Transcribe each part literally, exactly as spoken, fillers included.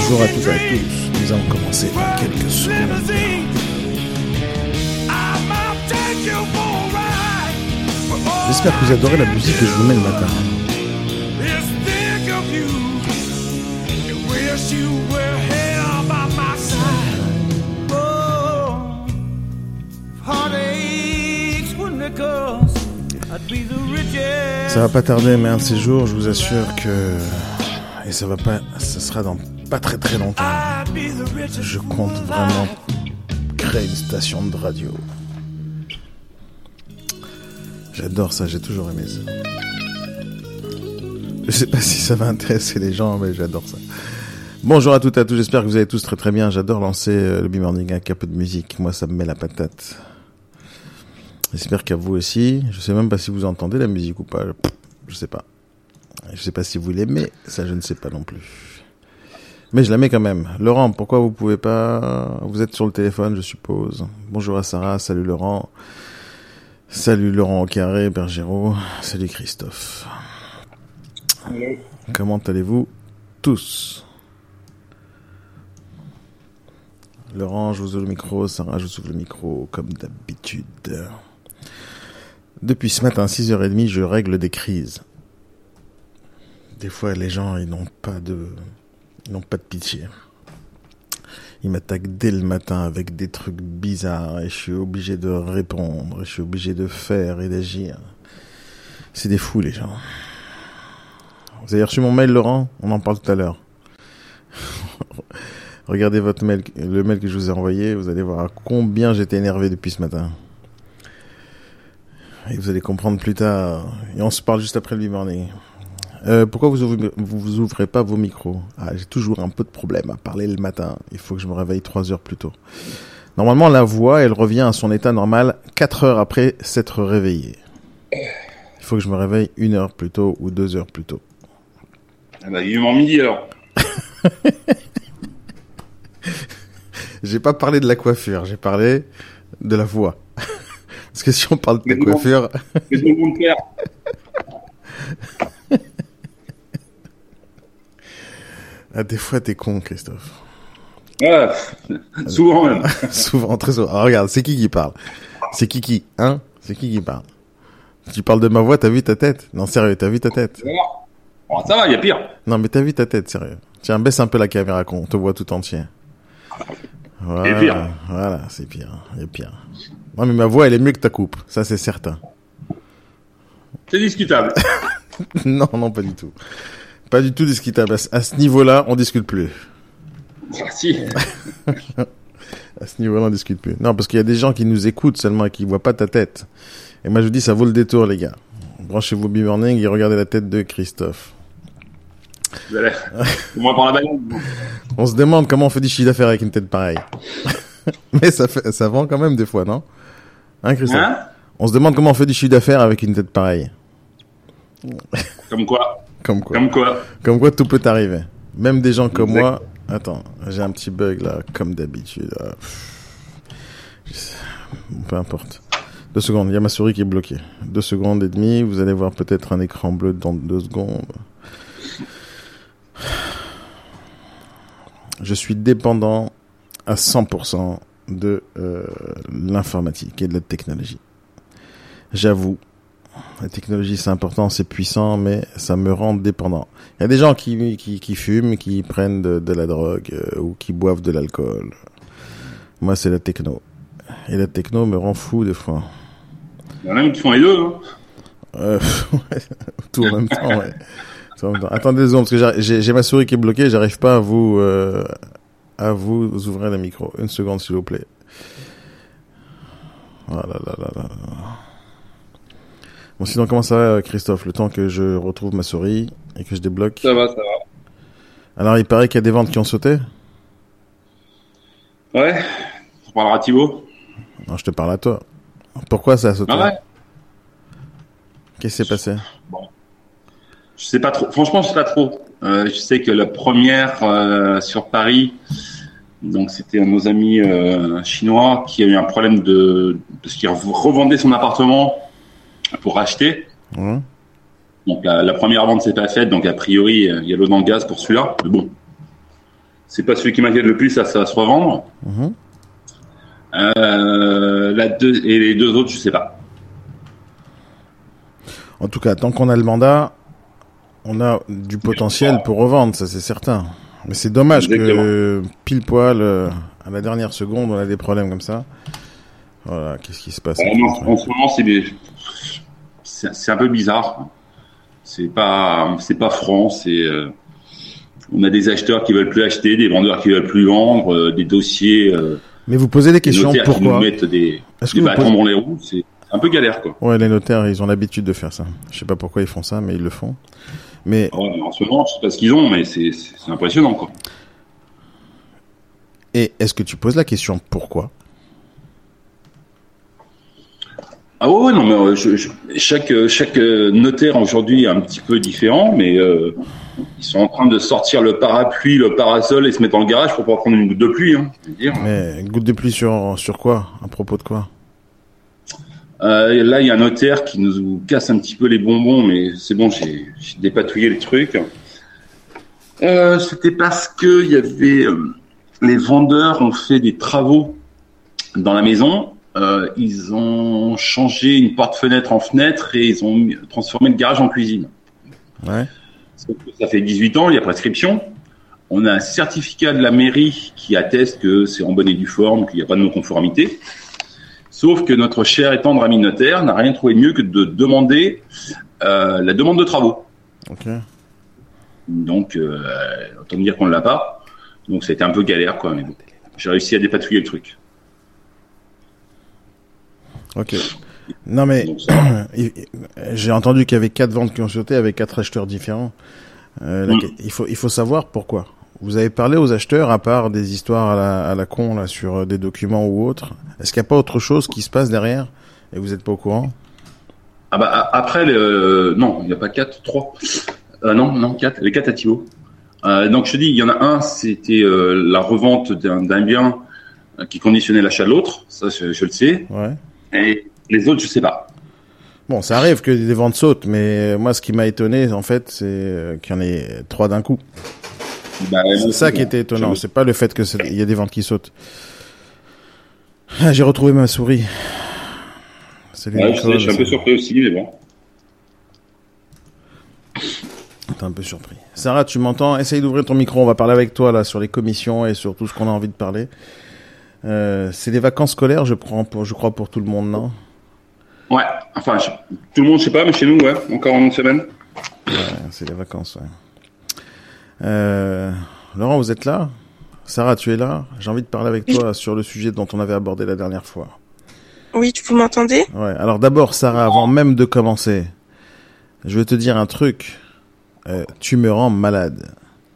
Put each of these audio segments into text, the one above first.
Bonjour à toutes et à tous, nous allons commencer dans quelques secondes. J'espère que vous adorez la musique que je vous mets le matin. Ça va pas tarder, mais un de ces jours, je vous assure que... Et ça va pas... Ça sera dans pas très très longtemps. Je compte vraiment créer une station de radio. J'adore ça, j'ai toujours aimé ça. Je sais pas si ça va intéresser les gens, mais j'adore ça. Bonjour à toutes et à tous, j'espère que vous allez tous très très bien. J'adore lancer euh, le B-Morning avec un peu de musique. Moi, ça me met la patate. J'espère qu'à vous aussi. Je sais même pas si vous entendez la musique ou pas. Je sais pas. Je sais pas si vous l'aimez. Ça, je ne sais pas non plus. Mais je la mets quand même. Laurent, pourquoi vous pouvez pas... Vous êtes sur le téléphone, je suppose. Bonjour à Sarah. Salut Laurent. Salut Laurent au carré, Bergero. Salut Christophe. Hello. Comment allez-vous tous? Laurent, je vous ouvre le micro. Sarah, je vous ouvre le micro, comme d'habitude. Depuis ce matin, six heures trente, je règle des crises. Des fois, les gens, ils n'ont pas de, ils n'ont pas de pitié. Ils m'attaquent dès le matin avec des trucs bizarres et je suis obligé de répondre, je suis obligé de faire et d'agir. C'est des fous, les gens. Vous avez reçu mon mail, Laurent? On en parle tout à l'heure. Regardez votre mail, le mail que je vous ai envoyé, vous allez voir à combien j'étais énervé depuis ce matin. Et vous allez comprendre plus tard. Et on se parle juste après le B-Morning. Euh, pourquoi vous ouvrez, vous, vous ouvrez pas vos micros? Ah, j'ai toujours un peu de problème à parler le matin. Il faut que je me réveille trois heures plus tôt. Normalement, la voix, elle revient à son état normal quatre heures après s'être réveillée. Il faut que je me réveille une heure plus tôt ou deux heures plus tôt. Ah bah, il est midi alors. J'ai pas parlé de la coiffure, j'ai parlé de la voix. Parce que si on parle de la coiffure... C'est bon bon faire. Ah, des fois, t'es con, Christophe. Ouais, souvent même. Souvent, très souvent. Alors, regarde, c'est qui qui parle? C'est qui qui, hein? C'est qui qui parle? Tu parles de ma voix, t'as vu ta tête? Non, sérieux, t'as vu ta tête? Bon, ça va, il y a pire. Non, mais t'as vu ta tête, sérieux. Tiens, baisse un peu la caméra, qu'on te voit tout entier. Voilà, c'est pire. Voilà, c'est pire. Il y a pire. Non, mais ma voix, elle est mieux que ta coupe. Ça, c'est certain. C'est discutable. Non, non, pas du tout. Pas du tout discutable. À ce niveau-là, on discute plus. Ah, si. À ce niveau-là, on discute plus. Non, parce qu'il y a des gens qui nous écoutent seulement et qui voient pas ta tête. Et moi, je vous dis, ça vaut le détour, les gars. Branchez-vous B-Morning et regardez la tête de Christophe. Vous allez... Moi, prendre la bagnole. On se demande comment on fait du chiffre d'affaires avec une tête pareille. Mais ça fait, ça vend quand même des fois, non? Hein, Christophe? Hein? On se demande comment on fait du chiffre d'affaires avec une tête pareille. Comme quoi? Comme quoi? Comme quoi? Comme quoi tout peut arriver. Même des gens comme exact. Moi. Attends, j'ai un petit bug là, comme d'habitude. Peu importe. Deux secondes, il y a ma souris qui est bloquée. Deux secondes et demie, vous allez voir peut-être un écran bleu dans deux secondes. Je suis dépendant à cent pour cent de euh, l'informatique et de la technologie. J'avoue, la technologie c'est important, c'est puissant, mais ça me rend dépendant. Il y a des gens qui qui, qui fument, qui prennent de, de la drogue euh, ou qui boivent de l'alcool. Moi, c'est la techno. Et la techno me rend fou des fois. Il y en a même qui font les deux, hein. Euh, ouais, tout en même temps, ouais. Attendez deux secondes, parce que j'ai, j'ai ma souris qui est bloquée, j'arrive pas à vous, euh, à vous ouvrir le micro. Une seconde, s'il vous plaît. Voilà, là, là, là, là. Bon, sinon, comment ça va, Christophe? Le temps que je retrouve ma souris et que je débloque. Ça va, ça va. Alors, il paraît qu'il y a des ventes qui ont sauté? Ouais. On parlera à Thibaut. Non, je te parle à toi. Pourquoi ça a sauté? Ah ouais. Qu'est-ce qui s'est passé? Bon. Je sais pas trop. Franchement, je sais pas trop. Euh, je sais que la première euh, sur Paris, donc c'était un de nos amis euh, chinois qui a eu un problème de parce qu'il revendait son appartement pour racheter. Mmh. Donc la, la première vente s'est pas faite, donc a priori il y a l'eau dans le gaz pour celui-là. Mais bon, c'est pas celui qui m'inquiète le plus, ça, ça va se revendre. Mmh. Euh, la deux, et les deux autres, je sais pas. En tout cas, tant qu'on a le mandat, on a du potentiel pour revendre, ça c'est certain. Mais c'est dommage Exactement. que pile poil, euh, à la dernière seconde, on a des problèmes comme ça. Voilà, qu'est-ce qui se passe? euh, non, En ce moment, c'est, des... c'est c'est un peu bizarre. C'est pas c'est pas franc. C'est euh... on a des acheteurs qui veulent plus acheter, des vendeurs qui veulent plus vendre, euh, des dossiers. Euh... Mais vous posez des questions, des pourquoi qui nous mettent des, des bâtons posez... dans les roues. C'est un peu galère, quoi. Ouais, les notaires, ils ont l'habitude de faire ça. Je sais pas pourquoi ils font ça, mais ils le font. Mais ouais, en ce moment, je sais pas ce qu'ils ont, mais c'est, c'est, c'est impressionnant, quoi. Et est-ce que tu poses la question pourquoi? Ah ouais, non, mais je, je, chaque chaque notaire aujourd'hui est un petit peu différent, mais euh, ils sont en train de sortir le parapluie, le parasol et se mettre dans le garage pour pouvoir prendre une goutte de pluie. Hein, je veux dire. Mais une goutte de pluie sur sur quoi? À propos de quoi? Euh, là, il y a un notaire qui nous casse un petit peu les bonbons, mais c'est bon, j'ai, j'ai dépatouillé les trucs. Euh, c'était parce que il y avait euh, les vendeurs ont fait des travaux dans la maison. Euh, ils ont changé une porte-fenêtre en fenêtre et ils ont transformé le garage en cuisine. Ouais. Ça fait dix-huit ans, il y a prescription. On a un certificat de la mairie qui atteste que c'est en bonne et due forme, qu'il n'y a pas de non-conformité. Sauf que notre cher et tendre ami notaire n'a rien trouvé de mieux que de demander euh, la demande de travaux. Okay. Donc, euh, autant dire qu'on ne l'a pas. Donc, ça a été un peu galère, quoi. Mais bon, j'ai réussi à dépatouiller le truc. Ok. Non, mais Donc, j'ai entendu qu'il y avait quatre ventes qui ont sauté avec quatre acheteurs différents. Euh, là, mmh. il faut, il faut savoir pourquoi. Vous avez parlé aux acheteurs, à part des histoires à la, à la con, là, sur des documents ou autres. Est-ce qu'il n'y a pas autre chose qui se passe derrière et vous n'êtes pas au courant? Ah bah, après, le... non, il n'y a pas quatre, trois. Euh, non, non, quatre. Les quatre à Thibaut. Euh, donc, je te dis, il y en a un, c'était euh, la revente d'un, d'un bien qui conditionnait l'achat de l'autre. Ça, je, je le sais. Ouais. Et les autres, je sais pas. Bon, ça arrive que des ventes sautent, mais moi, ce qui m'a étonné, en fait, c'est qu'il y en ait trois d'un coup. Bah, c'est ça qui était étonnant. C'est pas le fait que il y a des ventes qui sautent. Ah, j'ai retrouvé ma souris. Salut, ouais, Nicole, je suis un peu surpris aussi, mais bon. T'es un peu surpris. Sarah, tu m'entends? Essaye d'ouvrir ton micro. On va parler avec toi là sur les commissions et sur tout ce qu'on a envie de parler. Euh, c'est des vacances scolaires, je prends pour, je crois pour tout le monde, non? Ouais. Enfin, je, tout le monde, je sais pas, mais chez nous, ouais. Encore en une semaine. Ouais, c'est les vacances, ouais. Euh, Laurent, vous êtes là? Sarah, tu es là? J'ai envie de parler avec toi sur le sujet dont on avait abordé la dernière fois. Oui, vous m'entendez? Ouais. Alors d'abord, Sarah, avant même de commencer, je vais te dire un truc. Euh, tu me rends malade.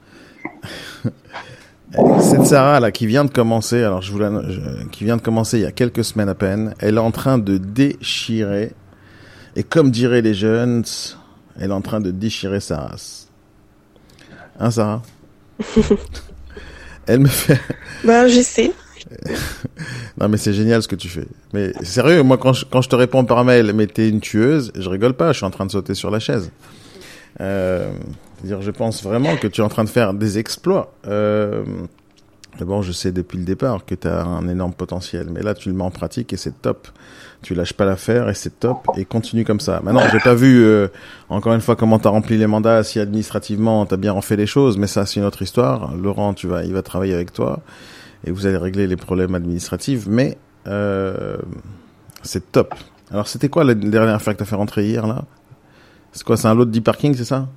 Cette Sarah là qui vient de commencer, alors je vous la, je, qui vient de commencer il y a quelques semaines à peine, elle est en train de déchirer, et comme diraient les jeunes, elle est en train de déchirer sa race. Hein, Sarah? Elle me fait... Ben, j'essaie. Non, mais c'est génial ce que tu fais. Mais sérieux, moi, quand je, quand je te réponds par mail, mais t'es une tueuse, je rigole pas, je suis en train de sauter sur la chaise. Euh, c'est-à-dire, je pense vraiment que tu es en train de faire des exploits. Euh, d'abord, je sais depuis le départ que tu as un énorme potentiel, mais là, tu le mets en pratique et c'est top. Tu lâches pas l'affaire et c'est top, et continue comme ça. Maintenant, j'ai pas vu, euh, encore une fois, comment t'as rempli les mandats, si administrativement t'as bien refait les choses, mais ça, c'est une autre histoire. Laurent, tu vas, il va travailler avec toi, et vous allez régler les problèmes administratifs, mais, euh, c'est top. Alors, c'était quoi la dernière affaire que t'as fait rentrer hier, là? C'est quoi, c'est un lot de dix parking, c'est ça?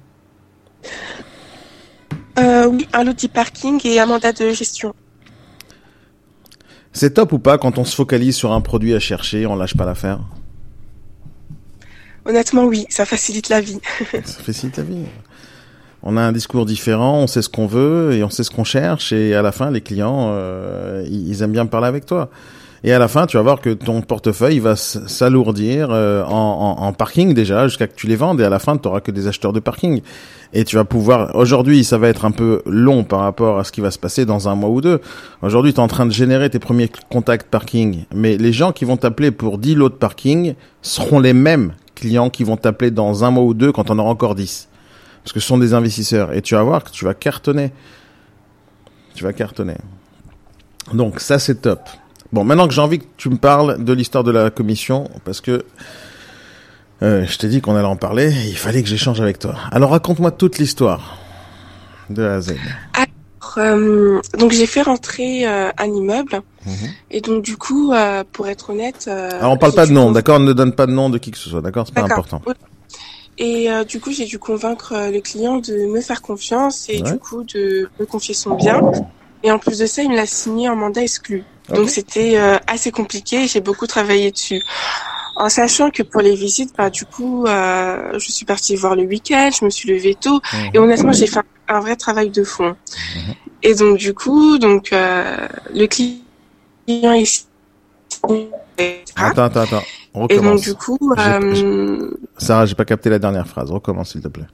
Euh, oui, un lot de dix parking et un mandat de gestion. C'est top ou pas quand on se focalise sur un produit à chercher, on lâche pas l'affaire? Honnêtement, oui, ça facilite la vie. Ça facilite la vie. On a un discours différent, on sait ce qu'on veut et on sait ce qu'on cherche, et à la fin, les clients, euh, ils aiment bien parler avec toi. Et à la fin, tu vas voir que ton portefeuille va s'alourdir euh, en, en, en parking déjà, jusqu'à que tu les vendes, et à la fin, tu n'auras que des acheteurs de parking. Et tu vas pouvoir... Aujourd'hui, ça va être un peu long par rapport à ce qui va se passer dans un mois ou deux. Aujourd'hui, tu es en train de générer tes premiers contacts parking. Mais les gens qui vont t'appeler pour dix lots de parking seront les mêmes clients qui vont t'appeler dans un mois ou deux quand on aura encore dix. Parce que ce sont des investisseurs. Et tu vas voir que tu vas cartonner. Tu vas cartonner. Donc ça c'est top. Bon, maintenant que j'ai envie que tu me parles de l'histoire de la commission, parce que euh, je t'ai dit qu'on allait en parler, et il fallait que j'échange avec toi. Alors raconte-moi toute l'histoire de A à Z. Alors, euh, donc j'ai fait rentrer euh, un immeuble, mmh. et donc du coup, euh, pour être honnête... Euh, Alors on parle pas de nom, conv... d'accord? On ne donne pas de nom de qui que ce soit, d'accord? C'est pas d'accord. important. Et euh, du coup, j'ai dû convaincre euh, le client de me faire confiance et ouais. du coup de me confier son bien. Et en plus de ça, il me l'a signé en mandat exclu. Okay. Donc c'était euh, assez compliqué, j'ai beaucoup travaillé dessus. En sachant que pour les visites, bah du coup, euh, je suis partie voir le week-end, je me suis levée tôt, mmh. et honnêtement, j'ai fait un vrai travail de fond. Mmh. Et donc du coup, donc euh, le client ici. Attends, attends, attends. On recommence. Et donc du coup, euh... j'ai... Sarah, j'ai pas capté la dernière phrase. Recommence, s'il te plaît.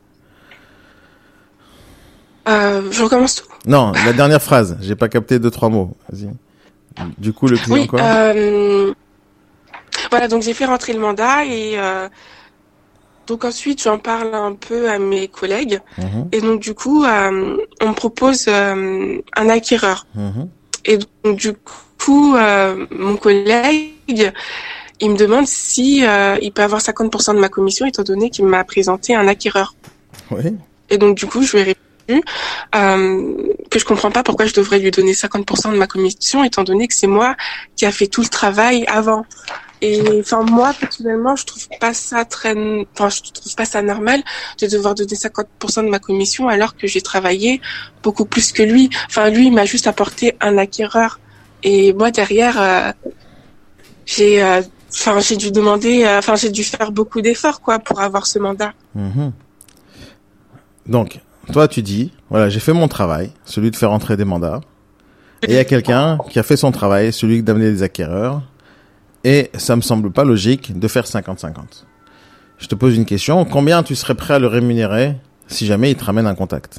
Euh, je recommence tout. Non, la dernière phrase. J'ai pas capté deux trois mots. Vas-y. Du coup, le client oui, quoi euh... Voilà, donc j'ai fait rentrer le mandat et euh... donc ensuite j'en parle un peu à mes collègues mmh. et donc du coup euh, on me propose euh, un acquéreur mmh. et donc du coup euh, mon collègue il me demande si euh, il peut avoir cinquante pour cent de ma commission étant donné qu'il m'a présenté un acquéreur. Oui. Et donc du coup je lui ai répondu euh, que je comprends pas pourquoi je devrais lui donner cinquante pour cent de ma commission étant donné que c'est moi qui a fait tout le travail avant. Et enfin moi personnellement je trouve pas ça très enfin je trouve pas ça normal de devoir donner cinquante pour cent de ma commission alors que j'ai travaillé beaucoup plus que lui. Enfin lui il m'a juste apporté un acquéreur et moi derrière euh, j'ai euh, enfin j'ai dû demander enfin euh, j'ai dû faire beaucoup d'efforts quoi pour avoir ce mandat. Mmh. Donc toi tu dis voilà, j'ai fait mon travail, celui de faire entrer des mandats. Et il y a quelqu'un qui a fait son travail, celui d'amener des acquéreurs. Et ça me semble pas logique de faire cinquante cinquante. Je te pose une question. Combien tu serais prêt à le rémunérer si jamais il te ramène un contact?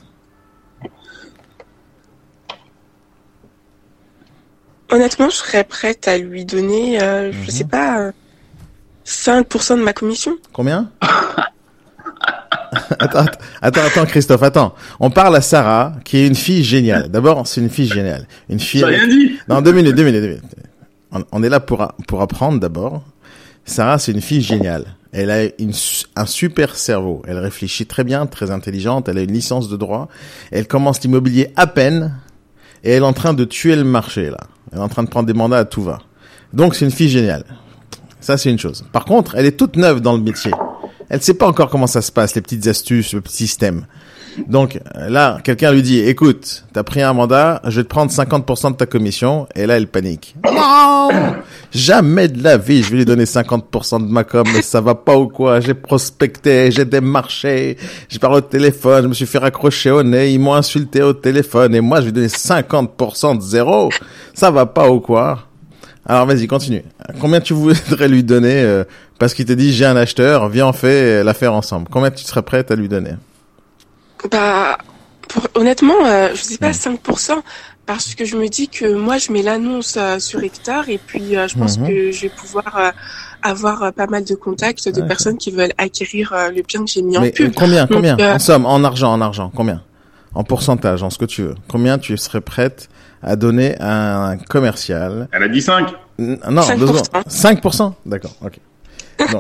Honnêtement, je serais prête à lui donner, euh, mm-hmm. je sais pas, euh, cinq pour cent de ma commission. Combien? attends, attends, attends, Christophe, attends. On parle à Sarah, qui est une fille géniale. D'abord, c'est une fille géniale. Une fille. J'ai rien dit. Non, deux minutes, deux minutes, deux minutes. On est là pour pour apprendre d'abord. Sarah, c'est une fille géniale. Elle a une, un super cerveau. Elle réfléchit très bien, très intelligente. Elle a une licence de droit. Elle commence l'immobilier à peine. Et elle est en train de tuer le marché, là. Elle est en train de prendre des mandats à tout va. Donc, c'est une fille géniale. Ça, c'est une chose. Par contre, elle est toute neuve dans le métier. Elle sait pas encore comment ça se passe, les petites astuces, le petit système. Donc là, quelqu'un lui dit, écoute, t'as pris un mandat, je vais te prendre cinquante pour cent de ta commission. Et là, elle panique. Non, jamais de la vie, je vais lui donner cinquante pour cent de ma com, mais ça va pas ou quoi? J'ai prospecté, j'ai démarché, j'ai parlé au téléphone, je me suis fait raccrocher au nez, ils m'ont insulté au téléphone, et moi, je vais donner cinquante pour cent de zéro. Ça va pas ou quoi? Alors vas-y, continue. Combien tu voudrais lui donner euh, parce qu'il te dit, j'ai un acheteur, viens, on fait l'affaire ensemble. Combien tu serais prête à lui donner? Bah, pour, honnêtement, euh, je sais pas, mmh. cinq pour cent, parce que je me dis que moi, je mets l'annonce euh, sur Hectare, et puis euh, je pense mmh. que je vais pouvoir euh, avoir euh, pas mal de contacts de ouais. personnes qui veulent acquérir euh, le bien que j'ai mis Mais en pub. Combien, Donc, combien euh, En somme, en argent, en argent, combien? En pourcentage, en ce que tu veux. Combien tu serais prête à donner à un commercial? Elle a dit cinq. N- non, cinq deux pour cent. secondes. cinq pour cent D'accord, ok. Non.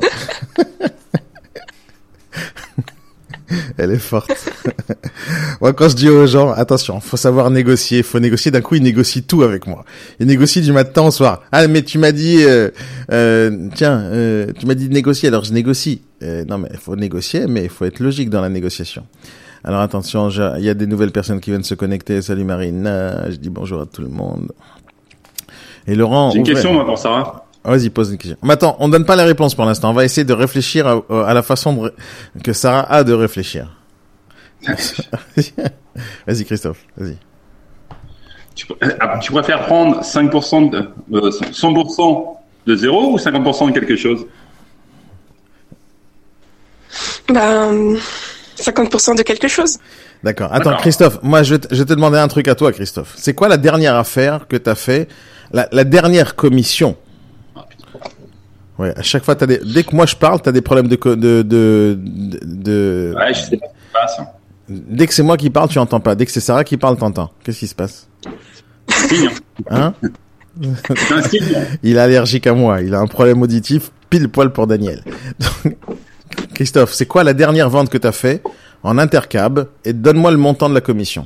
Elle est forte. Moi, quand je dis aux gens, attention, faut savoir négocier, faut négocier. D'un coup, ils négocient tout avec moi. Ils négocient du matin au soir. Ah, mais tu m'as dit, euh, euh, tiens, euh, tu m'as dit de négocier, alors je négocie. Euh, non, mais il faut négocier, mais il faut être logique dans la négociation. Alors attention, il y a des nouvelles personnes qui viennent se connecter. Salut Marina, je dis bonjour à tout le monde. Et Laurent, j'ai une ouvrez. question, moi, pour Sarah. Vas-y, pose une question. Mais attends, on donne pas les réponses pour l'instant. On va essayer de réfléchir à, à la façon de, que Sarah a de réfléchir. Vas-y, Christophe, vas-y. Tu, tu préfères prendre cinq pour cent de, euh, cent pour cent de zéro ou cinquante pour cent de quelque chose? Ben, cinquante pour cent de quelque chose. D'accord. Attends, D'accord. Christophe, moi, je, je vais te demander un truc à toi, Christophe. C'est quoi la dernière affaire que t'as fait, la, la dernière commission? Ouais, à chaque fois, t'as des, dès que moi je parle, t'as des problèmes de, de, de, de, Ouais, je sais pas ce qui se passe. Dès que c'est moi qui parle, tu entends pas. Dès que c'est Sarah qui parle, t'entends. Qu'est-ce qui se passe? signe. Hein? C'est un signe. Il est allergique à moi. Il a un problème auditif pile poil pour Daniel. Donc, Christophe, c'est quoi la dernière vente que tu as fait en intercab et donne-moi le montant de la commission.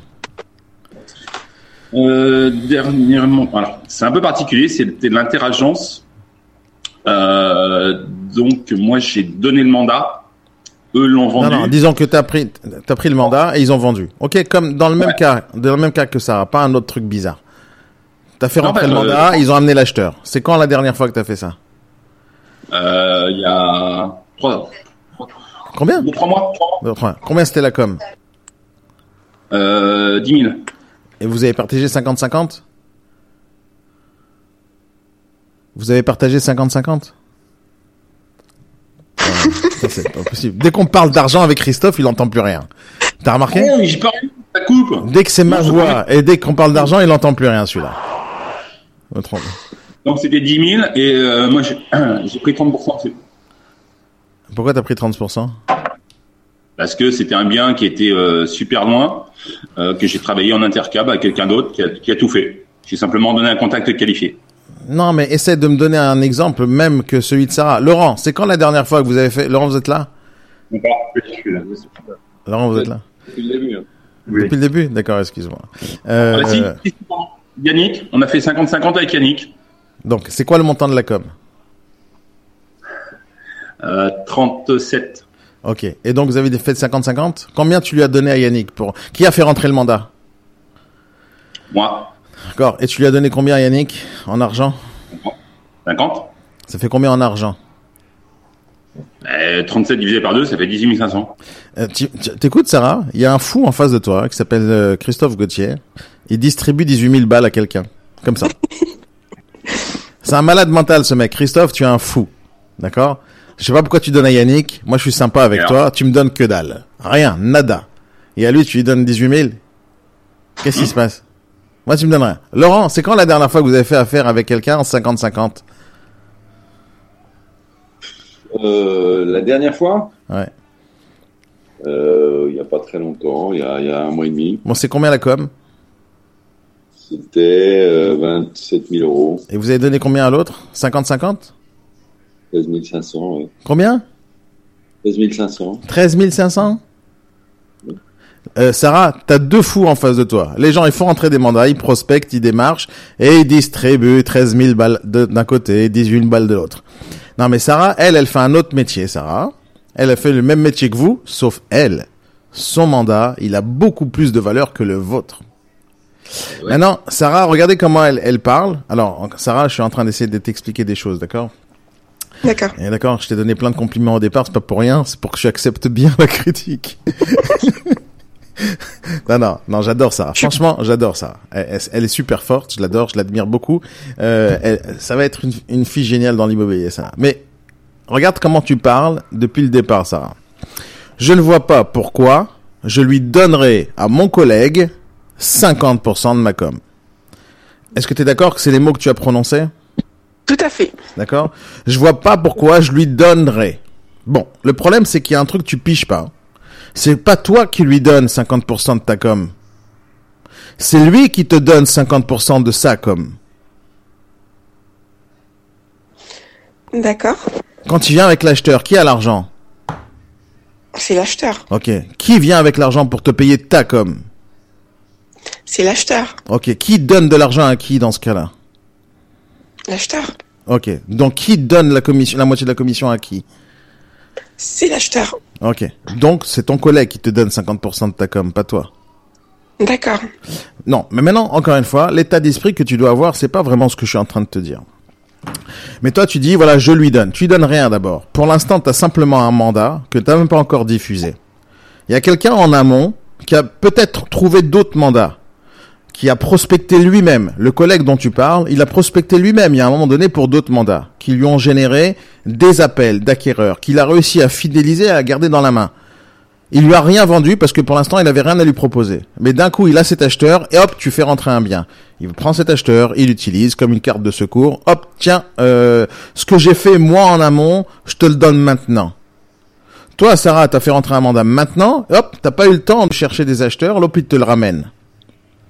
Euh, dernièrement, alors, c'est un peu particulier, c'était de l'interagence. Euh, donc, moi, j'ai donné le mandat. Eux l'ont vendu. Non, non, disons que t'as pris, t'as pris le mandat et ils ont vendu. Ok, comme dans le même Ouais. cas, dans le même cas que Sarah, pas un autre truc bizarre. T'as fait Non, rentrer bah, le euh, mandat, ils ont amené l'acheteur. C'est quand la dernière fois que t'as fait ça? Euh, il y a trois, Combien? deux, trois mois. Trois mois. Deux, trois. Combien c'était la com? Euh, dix mille. Et vous avez partagé cinquante cinquante? Vous avez partagé cinquante cinquante? Ouais, ça, c'est pas possible. Dès qu'on parle d'argent avec Christophe, il entend plus rien. T'as remarqué? Oh, j'ai pas eu, ça coupe. Dès que c'est ma Non, je voix et dès qu'on parle d'argent, il entend plus rien, celui-là. Je me trompe. Donc, c'était dix mille et euh, moi, j'ai, j'ai pris trente pour cent. c'est- Pourquoi t'as pris trente pour cent? Parce que c'était un bien qui était euh, super loin, euh, que j'ai travaillé en intercab à quelqu'un d'autre qui a, qui a tout fait. J'ai simplement donné un contact qualifié. Non, mais essaie de me donner un exemple même que celui de Sarah. Laurent, c'est quand la dernière fois que vous avez fait... Laurent, vous êtes là? Laurent, vous êtes là? Depuis le début. Hein. Oui. Depuis le début? D'accord, excuse-moi. Euh, Ah, si, si, si, Yannick, on a fait cinquante cinquante avec Yannick. Donc, c'est quoi le montant de la com? Euh, trente-sept. Ok. Et donc, vous avez fait cinquante cinquante? Combien tu lui as donné à Yannick pour... Qui a fait rentrer le mandat? Moi, D'accord. Et tu lui as donné combien à Yannick en argent? cinquante. Ça fait combien en argent? Euh, trente-sept divisé par deux, ça fait dix-huit mille cinq cents. Euh, tu- tu- T'écoutes, Sarah? Il y a un fou en face de toi qui s'appelle euh, Christophe Gauthier. Il distribue dix-huit mille balles à quelqu'un. Comme ça. C'est un malade mental, ce mec. Christophe, tu es un fou. D'accord? Je sais pas pourquoi tu donnes à Yannick. Moi, je suis sympa avec Alors. toi. Tu me donnes que dalle. Rien. Nada. Et à lui, tu lui donnes dix-huit mille. Qu'est-ce qui se passe? Moi, tu me donnes rien. Laurent, c'est quand la dernière fois que vous avez fait affaire avec quelqu'un en cinquante cinquante? Euh, la dernière fois, Ouais. euh, il n'y a pas très longtemps, il y a, il y a un mois et demi, Bon, c'est combien la com? c'était euh, vingt-sept mille euros, Et vous avez donné combien à l'autre? cinquante cinquante? treize mille cinq cents, ouais. Combien? treize mille cinq cents. treize mille cinq cents? Euh, Sarah, t'as deux fous en face de toi. Les gens, ils font rentrer des mandats, ils prospectent, ils démarchent, et ils distribuent treize mille balles de- d'un côté, dix-huit mille balles de l'autre. Non, mais Sarah, elle, elle fait un autre métier, Sarah. Elle a fait le même métier que vous, sauf elle. Son mandat, il a beaucoup plus de valeur que le vôtre. Ouais. Maintenant, Sarah, regardez comment elle, elle parle. Alors, Sarah, je suis en train d'essayer de t'expliquer des choses, d'accord? D'accord. Et d'accord, je t'ai donné plein de compliments au départ, c'est pas pour rien, c'est pour que tu acceptes bien la critique. non, non, non, j'adore ça. Franchement, j'adore ça. Elle, elle- elle est super forte, je l'adore, je l'admire beaucoup. Euh, elle- ça va être une, une fille géniale dans l'immobilier, ça. Mais regarde comment tu parles depuis le départ, Sarah. Je ne vois pas pourquoi je lui donnerais à mon collègue cinquante pour cent de ma com. Est-ce que tu es d'accord que c'est les mots que tu as prononcés? Tout à fait. D'accord? Je vois pas pourquoi je lui donnerais. Bon, le problème, c'est qu'il y a un truc que tu piges pas. C'est pas toi qui lui donne cinquante pour cent de ta com. C'est lui qui te donne cinquante pour cent de sa com. D'accord. Quand tu viens avec l'acheteur, qui a l'argent? C'est l'acheteur. Ok. Qui vient avec l'argent pour te payer ta com? C'est l'acheteur. Ok. Qui donne de l'argent à qui dans ce cas-là? L'acheteur. Ok. Donc, qui donne la commission, la moitié de la commission à qui? C'est l'acheteur. Ok. Donc, c'est ton collègue qui te donne cinquante pour cent de ta com, pas toi. D'accord. Non, mais maintenant, encore une fois, l'état d'esprit que tu dois avoir, c'est pas vraiment ce que je suis en train de te dire. Mais toi, tu dis, voilà, je lui donne. Tu lui donnes rien d'abord. Pour l'instant, tu as simplement un mandat que tu n'as même pas encore diffusé. Il y a quelqu'un en amont qui a peut-être trouvé d'autres mandats, qui a prospecté lui-même. Le collègue dont tu parles, il a prospecté lui-même, il y a un moment donné, pour d'autres mandats, qui lui ont généré des appels d'acquéreurs, qu'il a réussi à fidéliser et à garder dans la main. Il lui a rien vendu parce que pour l'instant, il avait rien à lui proposer. Mais d'un coup, il a cet acheteur et hop, tu fais rentrer un bien. Il prend cet acheteur, il l'utilise comme une carte de secours. Hop, tiens, euh, ce que j'ai fait moi en amont, je te le donne maintenant. Toi, Sarah, t'as fait rentrer un mandat maintenant. Hop, t'as pas eu le temps de chercher des acheteurs, l'hôpital te le ramène.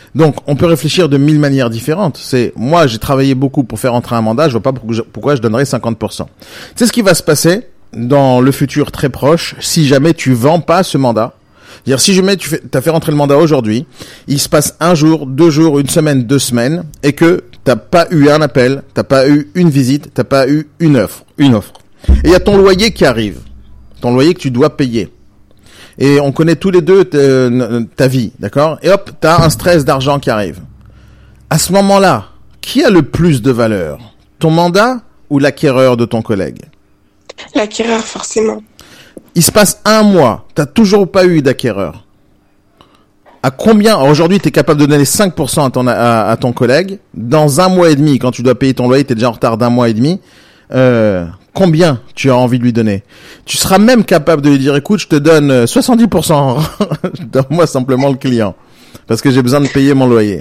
Donc, on peut réfléchir de mille manières différentes. C'est, moi, j'ai travaillé beaucoup pour faire entrer un mandat, je vois pas pourquoi je, pourquoi je donnerais cinquante pour cent. C'est ce qui va se passer dans le futur très proche si jamais tu vends pas ce mandat. C'est-à-dire, si jamais tu fais, t'as fait rentrer le mandat aujourd'hui, il se passe un jour, deux jours, une semaine, deux semaines, et que t'as pas eu un appel, t'as pas eu une visite, t'as pas eu une offre, une offre. Et il y a ton loyer qui arrive. Ton loyer que tu dois payer. Et on connaît tous les deux ta, ta vie, d'accord? Et hop, t'as un stress d'argent qui arrive. À ce moment-là, qui a le plus de valeur? Ton mandat ou l'acquéreur de ton collègue? L'acquéreur, forcément. Il se passe un mois, t'as toujours pas eu d'acquéreur. À combien, aujourd'hui, t'es capable de donner cinq pour cent à ton, à, à ton collègue. Dans un mois et demi, quand tu dois payer ton loyer, t'es déjà en retard d'un mois et demi. Euh, combien tu as envie de lui donner? Tu seras même capable de lui dire, écoute, je te donne soixante-dix pour cent. Donne-moi simplement le client. Parce que j'ai besoin de payer mon loyer.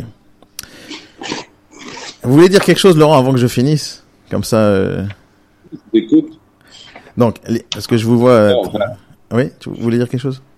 Vous voulez dire quelque chose, Laurent, avant que je finisse? Comme ça, euh... Écoute. Donc, parce que je vous vois... Euh... Non, voilà. Oui, tu voulais dire quelque chose?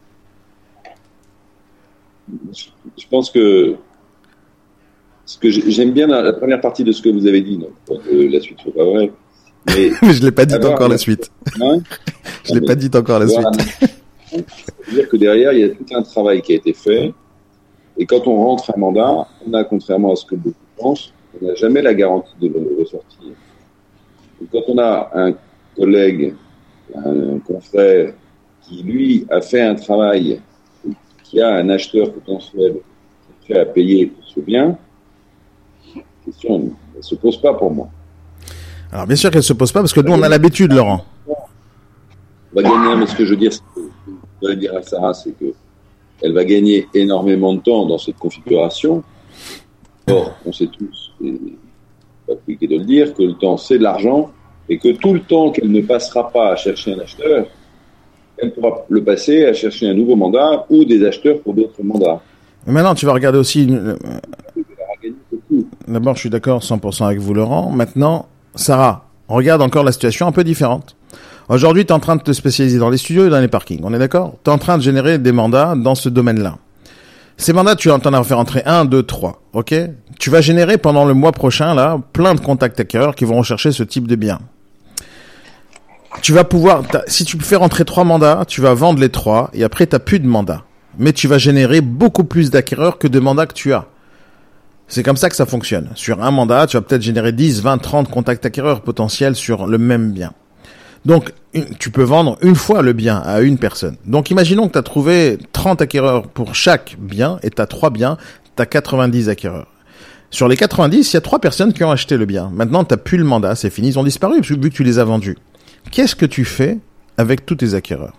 Je pense que ce que j'aime bien la, la première partie de ce que vous avez dit, donc euh, la suite c'est pas vrai. Mais, mais je l'ai pas dit alors, encore la suite. Hein je l'ai pas dit encore la alors, suite. C'est-à-dire que derrière il y a tout un travail qui a été fait, et quand on rentre un mandat, on a, contrairement à ce que beaucoup pensent, on n'a jamais la garantie de le ressortir. Et quand on a un collègue, un confrère qui lui a fait un travail, qui a un acheteur potentiel qui est prêt à payer pour ce bien, la question ne se pose pas pour moi. Alors bien sûr qu'elle se pose pas parce que nous on a l'habitude, Laurent. On va gagner, mais ce que je veux dire, ce que je voudrais dire à Sarah, c'est que elle va gagner énormément de temps dans cette configuration. Or, on sait tous, et pas compliqué de le dire, que le temps c'est de l'argent et que tout le temps qu'elle ne passera pas à chercher un acheteur, elle pourra le passer à chercher un nouveau mandat ou des acheteurs pour d'autres mandats. Mais maintenant, tu vas regarder aussi... Une... D'abord, je suis d'accord cent pour cent avec vous, Laurent. Maintenant, Sarah, on regarde encore la situation un peu différente. Aujourd'hui, tu es en train de te spécialiser dans les studios et dans les parkings. On est d'accord? Tu es en train de générer des mandats dans ce domaine-là. Ces mandats, tu es en train d'en faire entrer un, deux, trois. Ok? Tu vas générer pendant le mois prochain, là, plein de contacts acquéreurs qui vont rechercher ce type de biens. Tu vas pouvoir, si tu fais rentrer trois mandats, tu vas vendre les trois et après t'as plus de mandats. Mais tu vas générer beaucoup plus d'acquéreurs que de mandats que tu as. C'est comme ça que ça fonctionne. Sur un mandat, tu vas peut-être générer dix, vingt, trente contacts acquéreurs potentiels sur le même bien. Donc, une, tu peux vendre une fois le bien à une personne. Donc, imaginons que tu as trouvé trente acquéreurs pour chaque bien et tu as trois biens, tu as quatre-vingt-dix acquéreurs. Sur les quatre-vingt-dix, il y a trois personnes qui ont acheté le bien. Maintenant, tu n'as plus le mandat, c'est fini, ils ont disparu vu que tu les as vendus. Qu'est-ce que tu fais avec tous tes acquéreurs?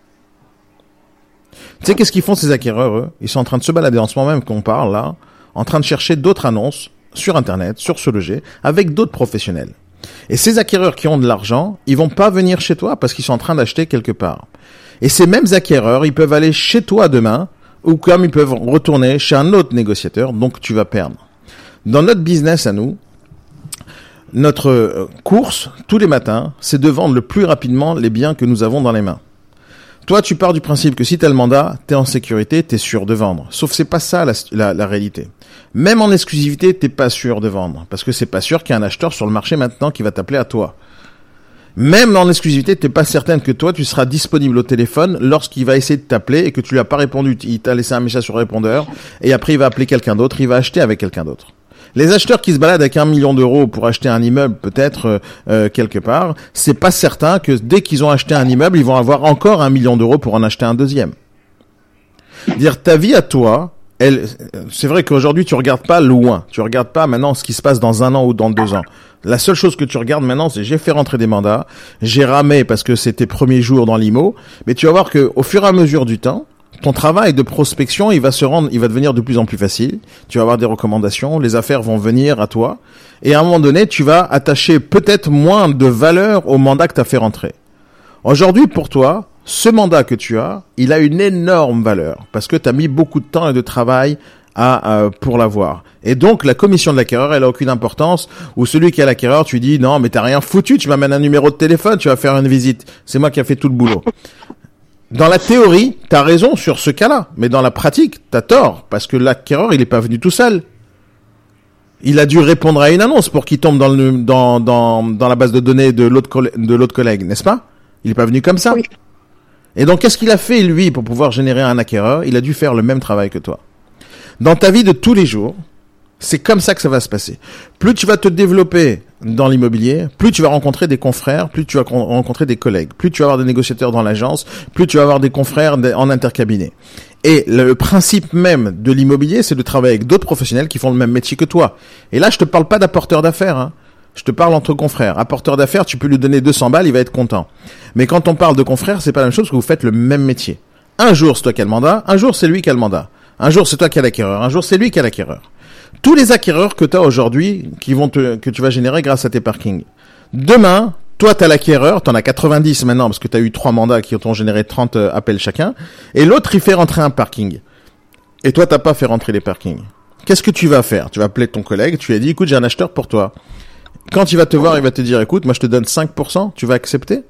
Tu sais qu'est-ce qu'ils font ces acquéreurs, eux? Ils sont en train de se balader en ce moment même qu'on parle là, en train de chercher d'autres annonces sur Internet, sur Se Loger, avec d'autres professionnels. Et ces acquéreurs qui ont de l'argent, ils vont pas venir chez toi parce qu'ils sont en train d'acheter quelque part. Et ces mêmes acquéreurs, ils peuvent aller chez toi demain, ou comme ils peuvent retourner chez un autre négociateur, donc tu vas perdre. Dans notre business à nous, notre course, tous les matins, c'est de vendre le plus rapidement les biens que nous avons dans les mains. Toi, tu pars du principe que si tu as le mandat, tu es en sécurité, tu es sûr de vendre. Sauf que c'est pas ça la, la, la réalité. Même en exclusivité, t'es pas sûr de vendre. Parce que c'est pas sûr qu'il y a un acheteur sur le marché maintenant qui va t'appeler à toi. Même en exclusivité, t'es pas certaine que toi, tu seras disponible au téléphone lorsqu'il va essayer de t'appeler et que tu lui as pas répondu. Il t'a laissé un message sur le répondeur et après il va appeler quelqu'un d'autre, il va acheter avec quelqu'un d'autre. Les acheteurs qui se baladent avec un million d'euros pour acheter un immeuble peut-être euh, quelque part, c'est pas certain que dès qu'ils ont acheté un immeuble, ils vont avoir encore un million d'euros pour en acheter un deuxième. Dire ta vie à toi, elle, c'est vrai qu'aujourd'hui tu regardes pas loin, tu regardes pas maintenant ce qui se passe dans un an ou dans deux ans. La seule chose que tu regardes maintenant, c'est j'ai fait rentrer des mandats, j'ai ramé parce que c'était premiers jours dans l'I M O, mais tu vas voir que au fur et à mesure du temps, ton travail de prospection, il va se rendre, il va devenir de plus en plus facile. Tu vas avoir des recommandations, les affaires vont venir à toi. Et à un moment donné, tu vas attacher peut-être moins de valeur au mandat que tu as fait rentrer. Aujourd'hui, pour toi, ce mandat que tu as, il a une énorme valeur parce que tu as mis beaucoup de temps et de travail à, euh, pour l'avoir. Et donc, la commission de l'acquéreur, elle a aucune importance. Ou celui qui a l'acquéreur, tu dis, non, mais t'as rien foutu, tu m'amènes un numéro de téléphone, tu vas faire une visite. C'est moi qui a fait tout le boulot. dans la théorie, t'as raison sur ce cas-là, mais dans la pratique, t'as tort, parce que l'acquéreur, il est pas venu tout seul. Il a dû répondre à une annonce pour qu'il tombe dans le, dans, dans, dans la base de données de l'autre collègue, de l'autre collègue, n'est-ce pas? Il est pas venu comme ça. Oui. Et donc, qu'est-ce qu'il a fait, lui, pour pouvoir générer un acquéreur? Il a dû faire le même travail que toi. Dans ta vie de tous les jours, c'est comme ça que ça va se passer. Plus tu vas te développer dans l'immobilier, plus tu vas rencontrer des confrères, plus tu vas rencontrer des collègues, plus tu vas avoir des négociateurs dans l'agence, plus tu vas avoir des confrères en intercabinet. Et le principe même de l'immobilier, c'est de travailler avec d'autres professionnels qui font le même métier que toi. Et là, je te parle pas d'apporteur d'affaires, hein. Je te parle entre confrères. Apporteur d'affaires, tu peux lui donner deux cents balles, il va être content. Mais quand on parle de confrères, c'est pas la même chose parce que vous faites le même métier. Un jour, c'est toi qui as le mandat, un jour, c'est lui qui a le mandat. Un jour, c'est toi qui as l'acquéreur, un jour, c'est lui qui a l'acquéreur. Tous les acquéreurs que tu as aujourd'hui, qui vont te, que tu vas générer grâce à tes parkings. Demain, toi, tu as l'acquéreur, tu en as quatre-vingt-dix maintenant parce que tu as eu trois mandats qui t'ont généré trente appels chacun. Et l'autre, il fait rentrer un parking. Et toi, t'as pas fait rentrer les parkings. Qu'est-ce que tu vas faire? Tu vas appeler ton collègue, tu lui as dit, écoute, j'ai un acheteur pour toi. Quand il va te voir, il va te dire, écoute, moi, je te donne cinq pour cent, tu vas accepter?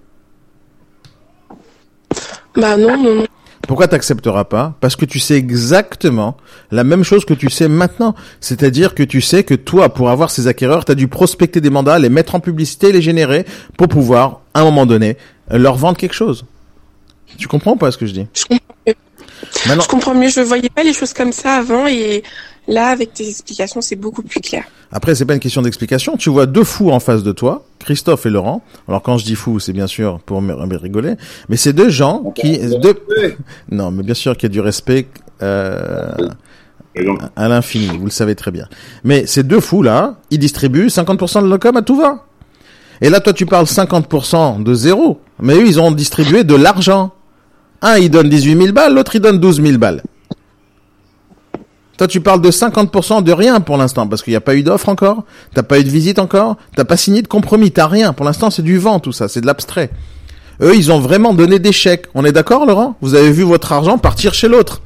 Bah non, non, non. Pourquoi t'accepteras pas? Parce que tu sais exactement la même chose que tu sais maintenant. C'est-à-dire que tu sais que toi, pour avoir ces acquéreurs, t'as dû prospecter des mandats, les mettre en publicité, les générer, pour pouvoir, à un moment donné, leur vendre quelque chose. Tu comprends pas ce que je dis? Je comprends mieux. Maintenant... Je comprends mieux. Je voyais pas les choses comme ça avant et là, avec tes explications, c'est beaucoup plus clair. Après, c'est pas une question d'explication. Tu vois deux fous en face de toi, Christophe et Laurent. Alors, quand je dis fous, c'est bien sûr pour me rigoler, mais c'est deux gens qui, deux... non, mais bien sûr qu'il y a du respect, euh, à l'infini. Vous le savez très bien. Mais ces deux fous là, ils distribuent cinquante pour cent de l'ocom à tout va. Et là, toi, tu parles cinquante pour cent de zéro. Mais eux, ils ont distribué de l'argent. Un, il donne dix-huit mille balles, l'autre, il donne douze mille balles. Toi, tu parles de cinquante pour cent de rien pour l'instant, parce qu'il n'y a pas eu d'offre encore, t'as pas eu de visite encore, t'as pas signé de compromis, t'as rien. Pour l'instant, c'est du vent, tout ça, c'est de l'abstrait. Eux, ils ont vraiment donné des chèques. On est d'accord, Laurent? Vous avez vu votre argent partir chez l'autre.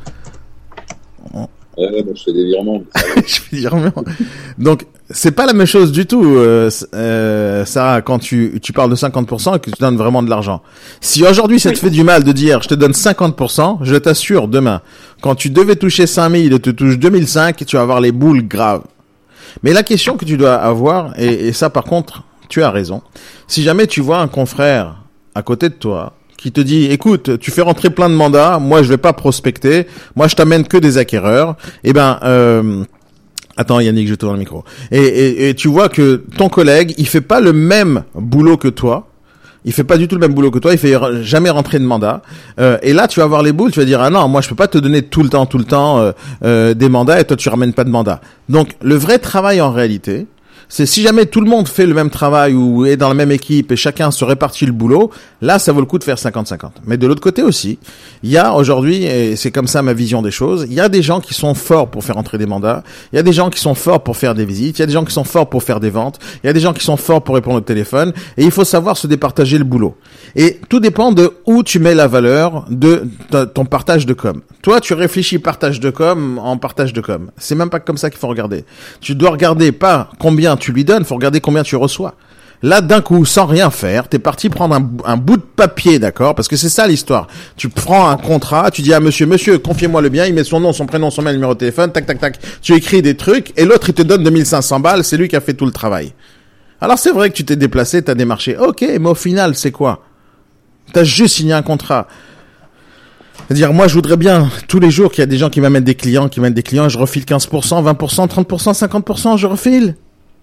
Ouais, ouais, moi, je fais des virements. Je fais des virements. Donc, c'est pas la même chose du tout, euh, euh, Sarah, quand tu, tu parles de cinquante pour cent et que tu donnes vraiment de l'argent. Si aujourd'hui, ça te fait du mal de dire, je te donne cinquante pour cent, je t'assure, demain, quand tu devais toucher cinq mille et tu touches deux mille cinq, tu vas avoir les boules graves. Mais la question que tu dois avoir, et, et ça, par contre, tu as raison. Si jamais tu vois un confrère à côté de toi, qui te dit, écoute, tu fais rentrer plein de mandats, moi je vais pas prospecter, moi je t'amène que des acquéreurs, eh ben, euh, attends Yannick, je te donne le micro. Et, et, et tu vois que ton collègue, il fait pas le même boulot que toi, il fait pas du tout le même boulot que toi, il fait jamais rentrer de mandat, euh, et là tu vas avoir les boules, tu vas dire, ah non, moi je peux pas te donner tout le temps, tout le temps euh, euh, des mandats, et toi tu ramènes pas de mandats. Donc le vrai travail en réalité, c'est si jamais tout le monde fait le même travail ou est dans la même équipe et chacun se répartit le boulot, là, ça vaut le coup de faire cinquante cinquante. Mais de l'autre côté aussi, il y a aujourd'hui, et c'est comme ça ma vision des choses, il y a des gens qui sont forts pour faire entrer des mandats, il y a des gens qui sont forts pour faire des visites, il y a des gens qui sont forts pour faire des ventes, il y a des gens qui sont forts pour répondre au téléphone, et il faut savoir se départager le boulot. Et tout dépend de où tu mets la valeur de ton partage de com. Toi, tu réfléchis partage de com en partage de com. C'est même pas comme ça qu'il faut regarder. Tu dois regarder pas combien tu lui donnes, faut regarder combien tu reçois. Là, d'un coup, sans rien faire, t'es parti prendre un, un bout de papier, d'accord? Parce que c'est ça l'histoire. Tu prends un contrat, tu dis à monsieur, monsieur, confiez-moi le bien, il met son nom, son prénom, son mail, numéro de téléphone, tac, tac, tac. Tu écris des trucs, et l'autre, il te donne deux mille cinq cents balles, c'est lui qui a fait tout le travail. Alors, c'est vrai que tu t'es déplacé, t'as démarché. Ok, mais au final, c'est quoi? T'as juste signé un contrat. C'est-à-dire, moi, je voudrais bien, tous les jours, qu'il y a des gens qui m'amènent des clients, qui m'amènent des clients, je refile quinze pour cent, vingt pour cent, trente pour cent, cinquante pour cent, je refile.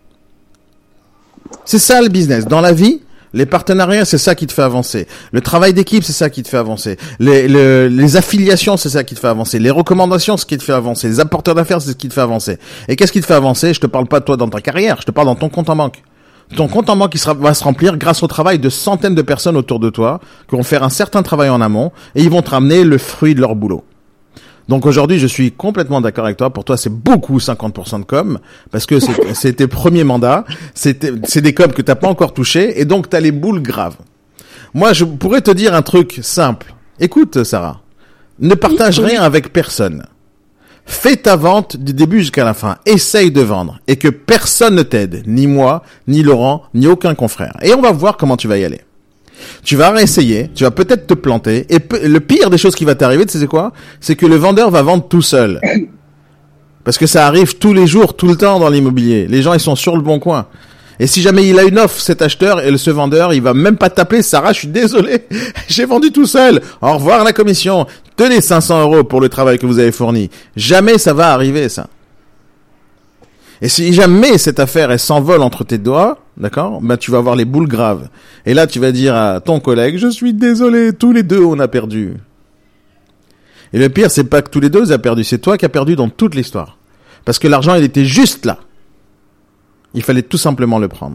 C'est ça le business. Dans la vie, les partenariats, c'est ça qui te fait avancer. Le travail d'équipe, c'est ça qui te fait avancer. Les, les, les affiliations, c'est ça qui te fait avancer. Les recommandations, c'est ce qui te fait avancer. Les apporteurs d'affaires, c'est ce qui te fait avancer. Et qu'est-ce qui te fait avancer? Je te parle pas de toi dans ta carrière, je te parle dans ton compte en banque. Ton compte en banque, il sera, va se remplir grâce au travail de centaines de personnes autour de toi, qui vont faire un certain travail en amont, et ils vont te ramener le fruit de leur boulot. Donc aujourd'hui, je suis complètement d'accord avec toi. Pour toi, c'est beaucoup cinquante pour cent de com, parce que c'est, c'est tes premiers mandats, c'est, c'est des coms que t'as pas encore touchés, et donc t'as les boules graves. Moi, je pourrais te dire un truc simple. Écoute, Sarah, ne partage rien avec personne. Fais ta vente du début jusqu'à la fin. Essaye de vendre. Et que personne ne t'aide. Ni moi, ni Laurent, ni aucun confrère. Et on va voir comment tu vas y aller. Tu vas réessayer, tu vas peut-être te planter, et pe- le pire des choses qui va t'arriver, tu sais quoi? C'est que le vendeur va vendre tout seul. Parce que ça arrive tous les jours, tout le temps dans l'immobilier. Les gens, ils sont sur le bon coin. Et si jamais il a une offre, cet acheteur, et ce vendeur, il va même pas t'appeler, Sarah, je suis désolé, j'ai vendu tout seul. Au revoir la commission. Tenez cinq cents euros pour le travail que vous avez fourni. Jamais ça va arriver, ça. Et si jamais cette affaire, elle s'envole entre tes doigts, d'accord, ben tu vas avoir les boules graves. Et là, tu vas dire à ton collègue, je suis désolé, tous les deux, on a perdu. Et le pire, c'est pas que tous les deux, ils ont perdu, c'est toi qui as perdu dans toute l'histoire. Parce que l'argent, il était juste là. Il fallait tout simplement le prendre.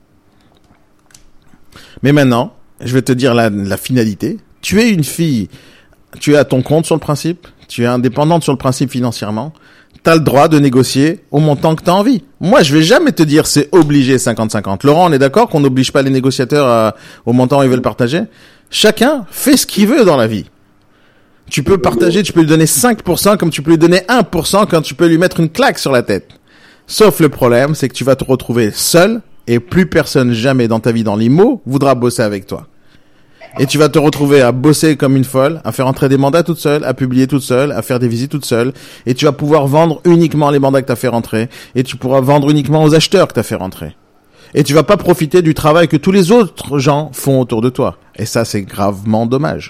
Mais maintenant, je vais te dire la, la finalité. Tu es une fille, tu es à ton compte sur le principe, tu es indépendante sur le principe financièrement, tu as le droit de négocier au montant que tu as envie. Moi, je vais jamais te dire c'est obligé cinquante cinquante. Laurent, on est d'accord qu'on n'oblige pas les négociateurs à, au montant où ils veulent partager? Chacun fait ce qu'il veut dans la vie. Tu peux partager, tu peux lui donner cinq pour cent comme tu peux lui donner un pour cent quand tu peux lui mettre une claque sur la tête. Sauf le problème, c'est que tu vas te retrouver seul et plus personne jamais dans ta vie dans l'I M O voudra bosser avec toi. Et tu vas te retrouver à bosser comme une folle, à faire entrer des mandats toute seule, à publier toute seule, à faire des visites toute seule. Et tu vas pouvoir vendre uniquement les mandats que tu as fait rentrer. Et tu pourras vendre uniquement aux acheteurs que tu as fait rentrer. Et tu vas pas profiter du travail que tous les autres gens font autour de toi. Et ça, c'est gravement dommage.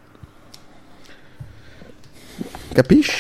Capiche ?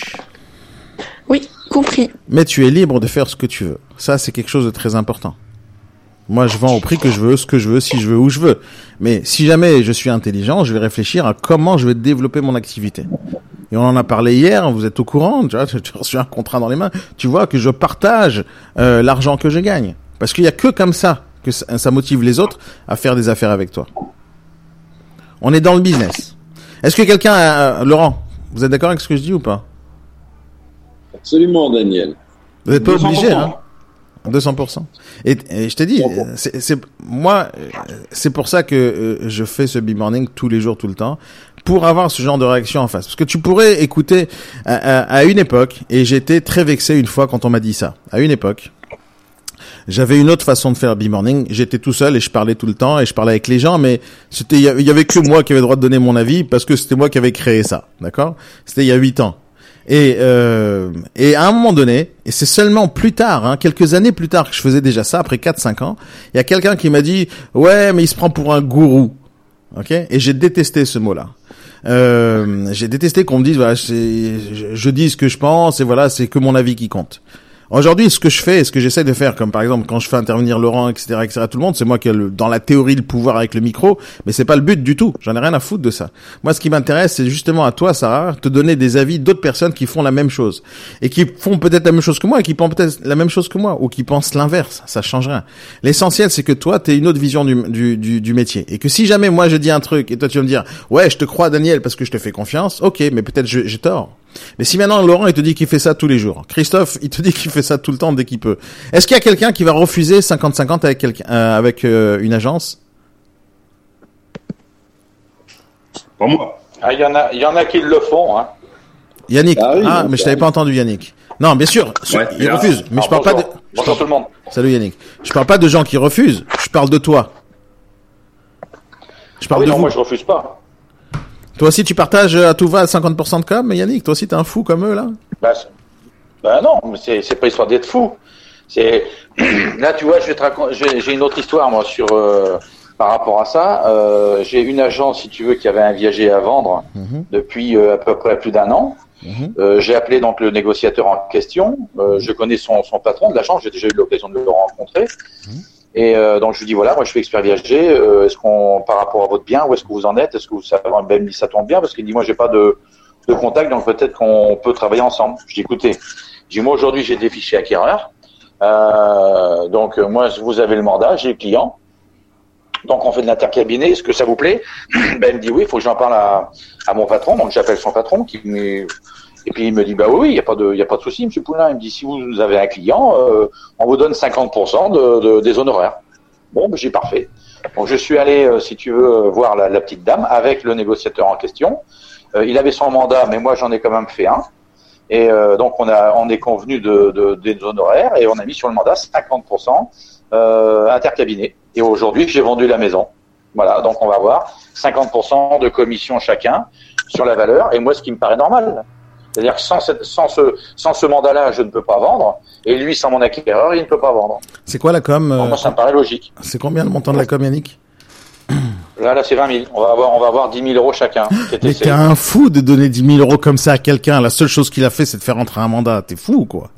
Oui, compris. Mais tu es libre de faire ce que tu veux. Ça, c'est quelque chose de très important. Moi, je vends au prix que je veux, ce que je veux, si je veux, où je veux. Mais si jamais je suis intelligent, je vais réfléchir à comment je vais développer mon activité. Et on en a parlé hier, vous êtes au courant, tu vois, tu as reçu un contrat dans les mains. Tu vois que je partage euh, l'argent que je gagne. Parce qu'il y a que comme ça que ça, ça motive les autres à faire des affaires avec toi. On est dans le business. Est-ce que quelqu'un... A, Laurent, vous êtes d'accord avec ce que je dis ou pas ? Absolument, Daniel. Vous n'êtes pas deux cents pour cent. obligé, hein. deux cents pour cent. Et, et je t'ai dit, c'est, c'est, moi, c'est pour ça que euh, je fais ce B-Morning tous les jours, tout le temps, pour avoir ce genre de réaction en face. Parce que tu pourrais écouter à, à, à une époque, et j'étais très vexé une fois quand on m'a dit ça. À une époque, j'avais une autre façon de faire B-Morning. J'étais tout seul et je parlais tout le temps et je parlais avec les gens, mais c'était, il y avait que moi qui avait le droit de donner mon avis parce que c'était moi qui avais créé ça. D'accord? C'était il y a huit ans. Et euh, et à un moment donné, et c'est seulement plus tard, hein, quelques années plus tard que je faisais déjà ça, après quatre cinq ans, il y a quelqu'un qui m'a dit « Ouais, mais il se prend pour un gourou. » Ok ? Et j'ai détesté ce mot-là. Euh, j'ai détesté qu'on me dise voilà, c'est, je, je dis ce que je pense et voilà, c'est que mon avis qui compte. Aujourd'hui, ce que je fais et ce que j'essaie de faire, comme par exemple quand je fais intervenir Laurent, et cetera, et cetera, tout le monde, c'est moi qui ai le, dans la théorie le pouvoir avec le micro, mais c'est pas le but du tout. J'en ai rien à foutre de ça. Moi, ce qui m'intéresse, c'est justement à toi, Sarah, te donner des avis d'autres personnes qui font la même chose et qui font peut-être la même chose que moi et qui pensent peut-être la même chose que moi ou qui pensent l'inverse. Ça change rien. L'essentiel, c'est que toi, t'aies une autre vision du, du, du, du métier et que si jamais moi je dis un truc et toi tu vas me dire ouais, je te crois, Daniel, parce que je te fais confiance. Ok, mais peut-être je, j'ai tort. Mais si maintenant Laurent il te dit qu'il fait ça tous les jours, Christophe il te dit qu'il fait ça tout le temps dès qu'il peut, est-ce qu'il y a quelqu'un qui va refuser cinquante cinquante avec quelqu'un, euh, avec euh, une agence ? Pour moi. Ah, il y en a, il y en a qui le font, hein. Yannick, Ah oui, ah donc, mais je t'avais pas entendu Yannick. Non, bien sûr, Ouais, il là. refuse, mais Alors, je parle bonjour. pas de. je Bonjour parle- tout le monde. Salut Yannick. Je parle pas de gens qui refusent, je parle de toi. Je Ah parle oui, de non, vous. moi je refuse pas. Toi aussi tu partages à tout va à cinquante pour cent de com, mais Yannick, toi aussi t'es un fou comme eux là. Bah, c'est- bah non, mais c'est, c'est pas histoire d'être fou. C'est là, tu vois, je vais te raconter. J'ai, j'ai une autre histoire moi sur euh, par rapport à ça. Euh, j'ai une agence, si tu veux, qui avait un viager à vendre Mhm. depuis euh, à peu près plus d'un an. Mhm. Euh, j'ai appelé donc le négociateur en question. Euh, je connais son, son patron de l'agence. J'ai déjà eu l'occasion de le rencontrer. Et euh, donc je lui dis voilà, moi je suis expert viager. Euh, est-ce qu'on, par rapport à votre bien, où est-ce que vous en êtes? Est-ce que vous savez? Ben, il me dit ça tombe bien parce qu'il dit moi j'ai pas de, de contact, donc peut-être qu'on peut travailler ensemble. Je dis écoutez, je dis moi aujourd'hui j'ai des fichiers acquéreurs. Euh, donc euh, moi vous avez le mandat, j'ai le client. Donc on fait de l'intercabinet. Est-ce que ça vous plaît? Ben il me dit oui, il faut que j'en parle à, à mon patron. Donc j'appelle son patron qui me et puis il me dit bah oui, il y a pas de il y a pas de souci, monsieur Poulain. Il me dit si vous avez un client, euh, on vous donne cinquante pour cent de, de des honoraires. Bon, ben j'ai parfait. Donc je suis allé, euh, si tu veux, voir la, la petite dame avec le négociateur en question. Euh, il avait son mandat, mais moi j'en ai quand même fait un. Et euh, donc on a on est convenu de, de des honoraires et on a mis sur le mandat cinquante pour cent euh, intercabinet. Et aujourd'hui j'ai vendu la maison. Voilà, donc on va avoir cinquante pour cent de commission chacun sur la valeur. Et moi, ce qui me paraît normal. C'est-à-dire que sans, cette, sans, ce, sans ce mandat-là, je ne peux pas vendre. Et lui, sans mon acquéreur, il ne peut pas vendre. C'est quoi la com euh, Moi, ça me paraît logique. C'est combien le montant de la com, Yannick? Là, là, c'est vingt mille. On va avoir, on va avoir dix mille euros chacun. Mais t'es un fou de donner dix mille euros comme ça à quelqu'un. La seule chose qu'il a fait, c'est de faire entrer un mandat. T'es fou ou quoi?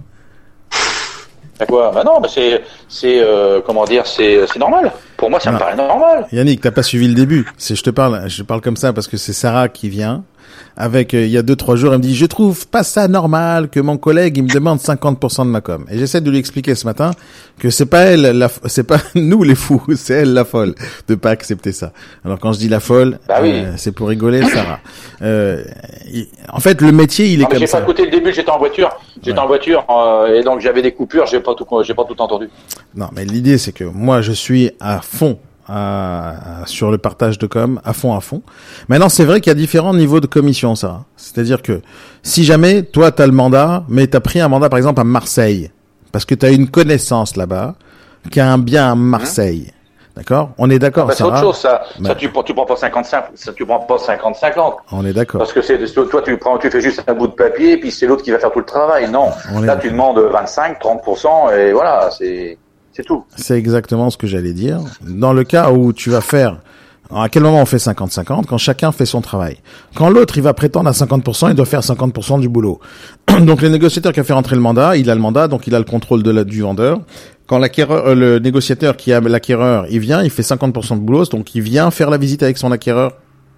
Quoi? Bah non, mais c'est, c'est, euh, comment dire, c'est, c'est normal. Pour moi, ça voilà. me paraît normal. Yannick, t'as pas suivi le début. C'est, je te parle, je parle comme ça parce que c'est Sarah qui vient. Avec, euh, il y a deux, trois jours, elle me dit, je trouve pas ça normal que mon collègue, il me demande cinquante pour cent de ma com. Et j'essaie de lui expliquer ce matin que c'est pas elle, la, c'est pas nous les fous, c'est elle la folle de pas accepter ça. Alors quand je dis la folle, bah oui. euh, c'est pour rigoler, Sarah. Euh, il, en fait, le métier, il est non, comme j'ai ça. J'ai pas écouté le début, j'étais en voiture. J'étais ouais. en voiture, euh, et donc j'avais des coupures, j'ai pas tout, j'ai pas tout entendu. Non, mais l'idée, c'est que moi, je suis à fond À, à, sur le partage de com, à fond, à fond. Maintenant, c'est vrai qu'il y a différents niveaux de commission, ça. C'est-à-dire que si jamais toi t'as le mandat, mais t'as pris un mandat par exemple à Marseille, parce que t'as une connaissance là-bas qui a un bien à Marseille, mmh. d'accord? On est d'accord, bah, ça. C'est autre chose, ça. Bah. Ça tu, tu prends pas cinquante-cinq, ça tu prends pas cinquante cinquante. On est d'accord. Parce que c'est toi tu prends, tu fais juste un bout de papier, et puis c'est l'autre qui va faire tout le travail. Non. On là tu demandes vingt-cinq, trente pour cent, et voilà, c'est. C'est tout. C'est exactement ce que j'allais dire. Dans le cas où tu vas faire, à quel moment on fait cinquante cinquante? Quand chacun fait son travail. Quand l'autre, il va prétendre à cinquante pour cent, il doit faire cinquante pour cent du boulot. Donc le négociateur qui a fait rentrer le mandat, il a le mandat, donc il a le contrôle de la, du vendeur. Quand l'acquéreur, euh, le négociateur qui a l'acquéreur, il vient, il fait cinquante pour cent de boulot, donc il vient faire la visite avec son acquéreur.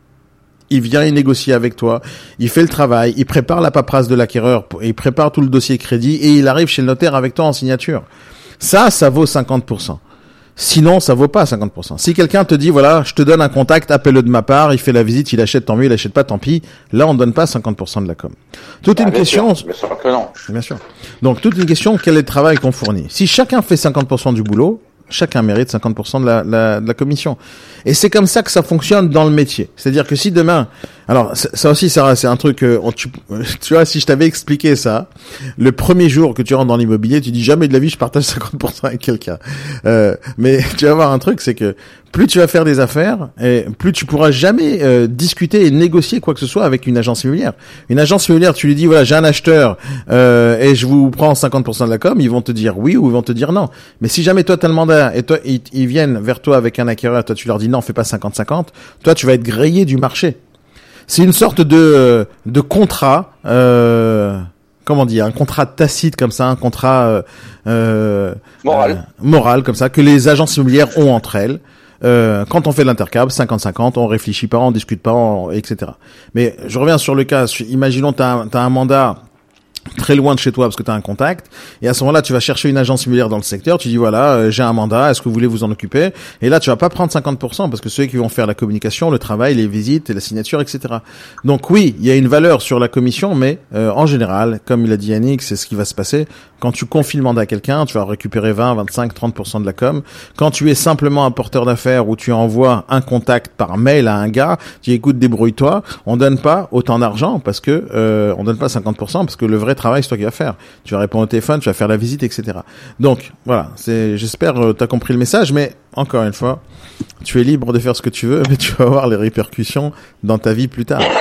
Il vient y négocier avec toi, il fait le travail, il prépare la paperasse de l'acquéreur, il prépare tout le dossier crédit et il arrive chez le notaire avec toi en signature. Ça, ça vaut cinquante pour cent. Sinon, ça vaut pas cinquante pour cent. Si quelqu'un te dit, voilà, je te donne un contact, appelle-le de ma part, il fait la visite, il achète, tant mieux, il achète pas, tant pis. Là, on ne donne pas cinquante pour cent de la com. Toute ah, une question. Sûr, bien sûr que non. Bien sûr. Donc, toute une question, quel est le travail qu'on fournit? Si chacun fait cinquante pour cent du boulot, chacun mérite cinquante pour cent de la, la, de la commission. Et c'est comme ça que ça fonctionne dans le métier. C'est-à-dire que si demain, alors ça aussi, Sarah, c'est un truc, euh, tu, tu vois, si je t'avais expliqué ça, le premier jour que tu rentres dans l'immobilier, tu dis jamais de la vie je partage cinquante pour cent avec quelqu'un. Euh, mais tu vas voir un truc, c'est que plus tu vas faire des affaires, et plus tu pourras jamais euh, discuter et négocier quoi que ce soit avec une agence immobilière. Une agence immobilière, tu lui dis voilà, j'ai un acheteur euh, et je vous prends cinquante pour cent de la com, ils vont te dire oui ou ils vont te dire non. Mais si jamais toi t'as le mandat et toi ils, ils viennent vers toi avec un acquéreur, toi tu leur dis non, fais pas cinquante cinquante, toi tu vas être grillé du marché. C'est une sorte de de contrat euh comment dire, un contrat tacite comme ça, un contrat euh, euh, moral, euh, moral comme ça que les agences immobilières ont entre elles. Euh, quand on fait l'intercap, cinquante cinquante, on réfléchit pas, on discute pas, on, et cetera. Mais je reviens sur le cas. Imaginons t'as un, t'as un mandat très loin de chez toi parce que tu as un contact et à ce moment-là tu vas chercher une agence immobilière dans le secteur, tu dis voilà euh, j'ai un mandat, est-ce que vous voulez vous en occuper, et là tu vas pas prendre cinquante pour cent parce que ceux qui vont faire la communication, le travail, les visites et la signature, etc. Donc oui, il y a une valeur sur la commission, mais euh, en général, comme il a dit Yannick, c'est ce qui va se passer quand tu confies le mandat à quelqu'un, tu vas récupérer vingt, vingt-cinq, trente pour cent de la com. Quand tu es simplement un porteur d'affaires où tu envoies un contact par mail à un gars, tu dis écoute, débrouille-toi, on donne pas autant d'argent parce que euh, on donne pas cinquante pour cent parce que le vrai travail c'est toi qui vas faire. Tu vas répondre au téléphone, tu vas faire la visite, et cetera. Donc voilà, c'est, j'espère euh, t'as compris le message, mais encore une fois, tu es libre de faire ce que tu veux, mais tu vas avoir les répercussions dans ta vie plus tard.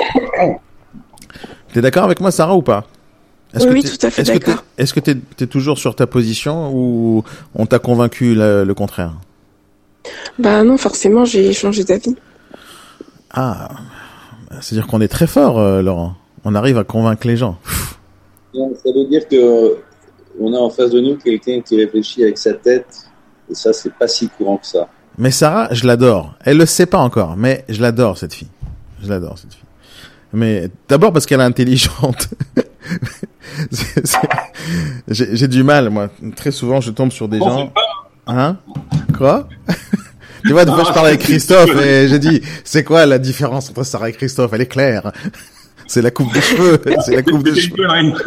T'es d'accord avec moi, Sarah, ou pas? Est-ce oui, oui tout à fait est-ce d'accord. Que t'es, est-ce que t'es, t'es toujours sur ta position ou on t'a convaincu le, le contraire? Bah non, forcément, j'ai changé d'avis. Ah, c'est-à-dire qu'on est très fort, euh, Laurent. On arrive à convaincre les gens. Non, ça veut dire que on a en face de nous quelqu'un qui réfléchit avec sa tête, et ça, c'est pas si courant que ça. Mais Sarah, je l'adore. Elle le sait pas encore, mais je l'adore, cette fille. Je l'adore, cette fille. Mais d'abord parce qu'elle est intelligente. c'est, c'est... J'ai, j'ai du mal, moi. Très souvent, je tombe sur des bon, gens... Hein? Quoi? Tu vois, des fois, je parle avec Christophe et j'ai dit, c'est quoi la différence entre Sarah et Christophe? Elle est claire. C'est la coupe des cheveux. C'est la coupe des cheveux.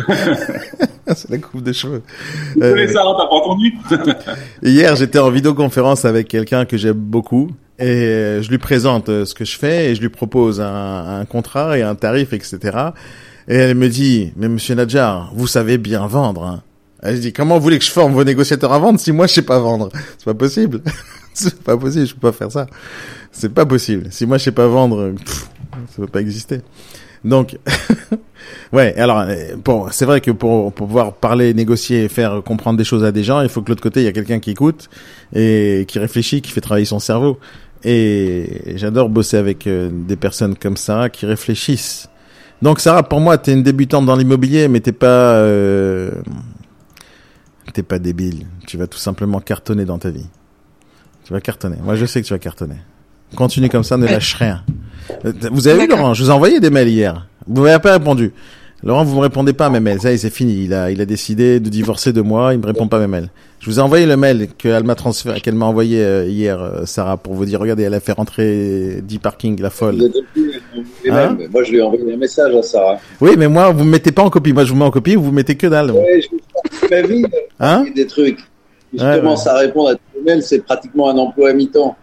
C'est la coupe des cheveux. Euh, Sarah, t'as pas entendu? Hier, j'étais en vidéoconférence avec quelqu'un que j'aime beaucoup et je lui présente ce que je fais et je lui propose un, un contrat et un tarif, et cetera. Et elle me dit, mais monsieur Nadjar, vous savez bien vendre, hein. Elle dit, comment vous voulez que je forme vos négociateurs à vendre si moi je sais pas vendre? C'est pas possible. C'est pas possible, je peux pas faire ça. C'est pas possible. Si moi je sais pas vendre, pff, ça peut pas exister. Donc, ouais. Alors, bon, c'est vrai que pour, pour pouvoir parler, négocier, faire comprendre des choses à des gens, il faut que de l'autre côté il y a quelqu'un qui écoute et qui réfléchit, qui fait travailler son cerveau. Et j'adore bosser avec euh, des personnes comme Sarah qui réfléchissent. Donc Sarah, pour moi, t'es une débutante dans l'immobilier, mais t'es pas, euh, t'es pas débile. Tu vas tout simplement cartonner dans ta vie. Tu vas cartonner. Moi, je sais que tu vas cartonner. Continue comme ça, ne lâche rien. Vous avez vu, Laurent, je vous ai envoyé des mails hier. Vous m'avez pas répondu. Laurent, vous me répondez pas à mes mails. Ça y est, c'est fini. Il a, il a décidé de divorcer de moi. Il me répond pas à mes mails. Je vous ai envoyé le mail qu'elle m'a transféré, qu'elle m'a envoyé euh, hier, euh, Sarah, pour vous dire, regardez, elle a fait rentrer dix parkings, la folle. Vous êtes depuis, hein? Moi, je lui ai envoyé un message à Sarah. Oui, mais moi, vous me mettez pas en copie. Moi, je vous mets en copie, vous mettez que dalle. Oui, je vous fais ma vie. Hein? Des trucs. Si je ouais, commence ouais. à répondre à tous les mails, c'est pratiquement un emploi à mi-temps.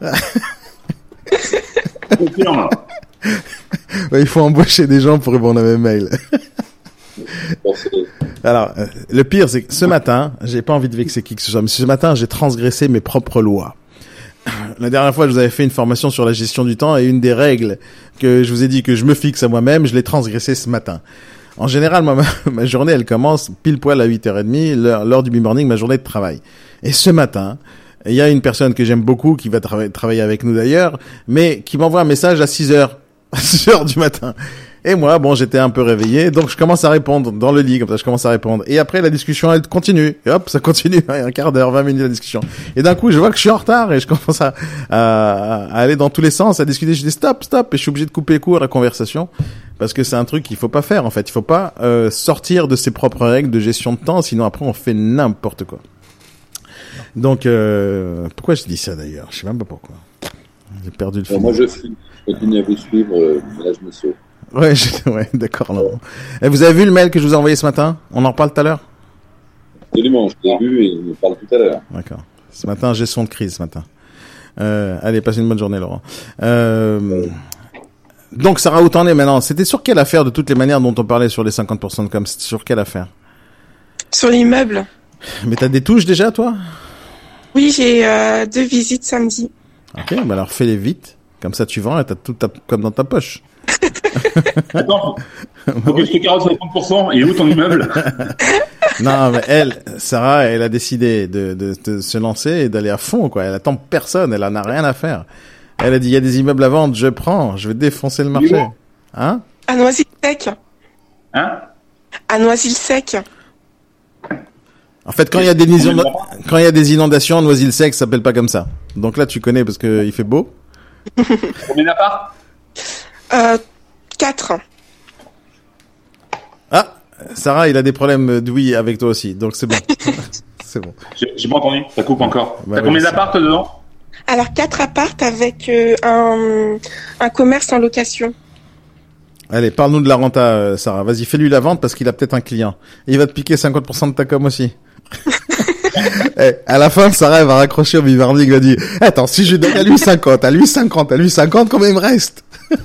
Ouais, il faut embaucher des gens pour répondre à mes mails. Alors, euh, le pire, c'est que ce matin, j'ai pas envie de vexer qui que ce soit, mais ce matin, j'ai transgressé mes propres lois. La dernière fois, je vous avais fait une formation sur la gestion du temps et une des règles que je vous ai dit que je me fixe à moi-même, je l'ai transgressée ce matin. En général, ma, ma journée, elle commence pile poil à huit heures trente, l'heure, l'heure du B-Morning, ma journée de travail. Et ce matin, il y a une personne que j'aime beaucoup, qui va tra- travailler avec nous d'ailleurs, mais qui m'envoie un message à six heures, à six heures du matin. Et moi, bon, j'étais un peu réveillé, donc je commence à répondre dans le lit, comme ça, je commence à répondre. Et après, la discussion, elle continue. Et hop, ça continue, un quart d'heure, vingt minutes la discussion. Et d'un coup, je vois que je suis en retard et je commence à, à, à aller dans tous les sens, à discuter. Je dis stop, stop, et je suis obligé de couper court à la conversation. Parce que c'est un truc qu'il faut pas faire, en fait. Il faut pas euh, sortir de ses propres règles de gestion de temps, sinon après, on fait n'importe quoi. Donc, euh, pourquoi je dis ça d'ailleurs? Je sais même pas pourquoi. J'ai perdu le fil. Moi, je, suis, je continue à vous suivre, euh, là, je me sauve. Ouais, je, ouais, d'accord. Non. Et vous avez vu le mail que je vous ai envoyé ce matin? On en reparle tout à l'heure? Absolument, je l'ai vu et on en parle tout à l'heure. D'accord. Ce matin, gestion de crise ce matin. Euh, allez, passez une bonne journée, Laurent. Euh, donc, Sarah, où t'en es maintenant? C'était sur quelle affaire, de toutes les manières dont on parlait sur les cinquante pour cent de com? C'était sur quelle affaire? Sur l'immeuble. Mais t'as des touches déjà, toi? Oui, j'ai euh, deux visites samedi. Ok, bah alors fais-les vite. Comme ça, tu vends et t'as tout ta, comme dans ta poche. Attends, faut que je te carotte cinquante pour cent et où ton immeuble? Non, mais elle, Sarah, elle a décidé de, de, de se lancer et d'aller à fond, quoi. Elle attend personne, elle en a rien à faire. Elle a dit, il y a des immeubles à vendre, je prends, je vais défoncer le marché. Hein? À Noisy-le-Sec. Hein? À Noisy-le-Sec. En fait, quand il y a des inondations, quand il y a des inondations, Noisy-le-Sec, ça s'appelle pas comme ça. Donc là, tu connais parce que il fait beau. Combien d'apparts? Euh, quatre. Ah, Sarah, il a des problèmes d'ouïe avec toi aussi, donc c'est bon. C'est bon. J'ai, j'ai pas entendu, ça coupe encore. Bah, T'as ouais, combien c'est... d'apparts dedans? Alors, quatre appartes avec euh, un, un commerce en location. Allez, parle-nous de la renta, euh, Sarah. Vas-y, fais-lui la vente parce qu'il a peut-être un client. Et il va te piquer cinquante pour cent de ta com aussi. Eh, à la fin, Sarah, elle va raccrocher au Vivardi, il va dire, attends, si je donne à lui cinquante, à lui cinquante, à lui cinquante, combien il me reste?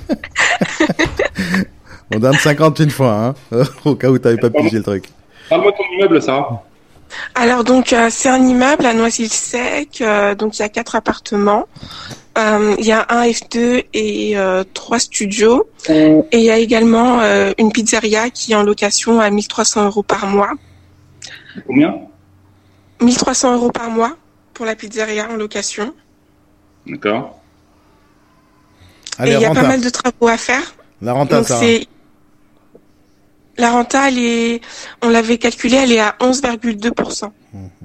On donne cinquante une fois, hein, au cas où t'avais pas pigé le truc. Parle-moi de ton immeuble, Sarah. Alors, donc, euh, c'est un immeuble à Noisy-le-Sec, euh, donc il y a quatre appartements. Euh, il y a un F deux et euh, trois studios. Et il y a également euh, une pizzeria qui est en location à mille trois cents euros par mois. Combien? mille trois cents euros par mois pour la pizzeria en location. D'accord. Allez, et il y a renta. pas mal de travaux à faire. La renta, donc Sarah. c'est... La renta, elle est, on l'avait calculée, elle est à onze virgule deux pour cent.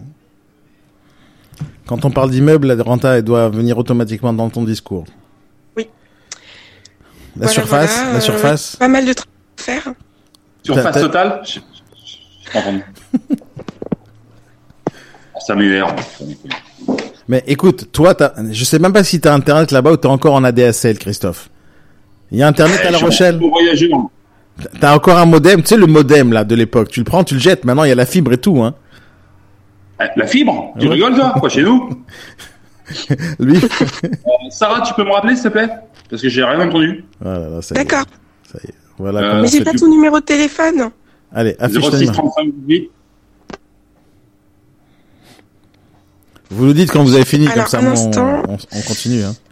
Quand on parle d'immeuble, la renta, elle doit venir automatiquement dans ton discours. Oui. La Voilà, surface, voilà, la euh, surface. Pas mal de travaux à faire. Surface T'as- t'as- totale? Je je pas entendu. Ça m'énerve. Mais écoute, toi, t'as, je sais même pas si t'as internet là-bas ou t'es encore en A D S L, Christophe. Il y a internet à La Rochelle. Pour voyager, non. T'as encore un modem, tu sais le modem là de l'époque. Tu le prends, tu le jettes. Maintenant, il y a la fibre et tout, hein. La fibre? Tu Ouais. rigoles, toi? Quoi, chez nous? Lui. Euh, Sarah, tu peux me rappeler, s'il te plaît? Parce que j'ai rien entendu. Voilà, là, ça y est. D'accord. Ça y est. Voilà. Euh, comment Mais j'ai c'est pas plus- ton numéro de téléphone. Allez, affiche zéro ton six numéro. trente-cinq dix-huit. Vous nous dites quand vous avez fini, Alors, comme ça, un on, instant. on, on continue. Hein.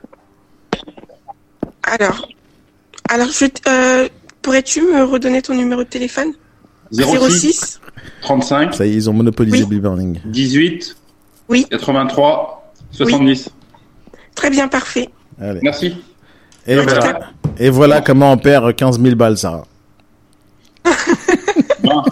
Alors, alors je, euh, pourrais-tu me redonner ton numéro de téléphone? zéro six trente-cinq Ça y est, ils ont monopolisé Oui. Bill Burning. dix-huit Oui. quatre-vingt-trois soixante-dix. Très bien, parfait. Allez. Merci. Et, Ouais, voilà. Et voilà comment on perd quinze mille balles, Sarah. Non.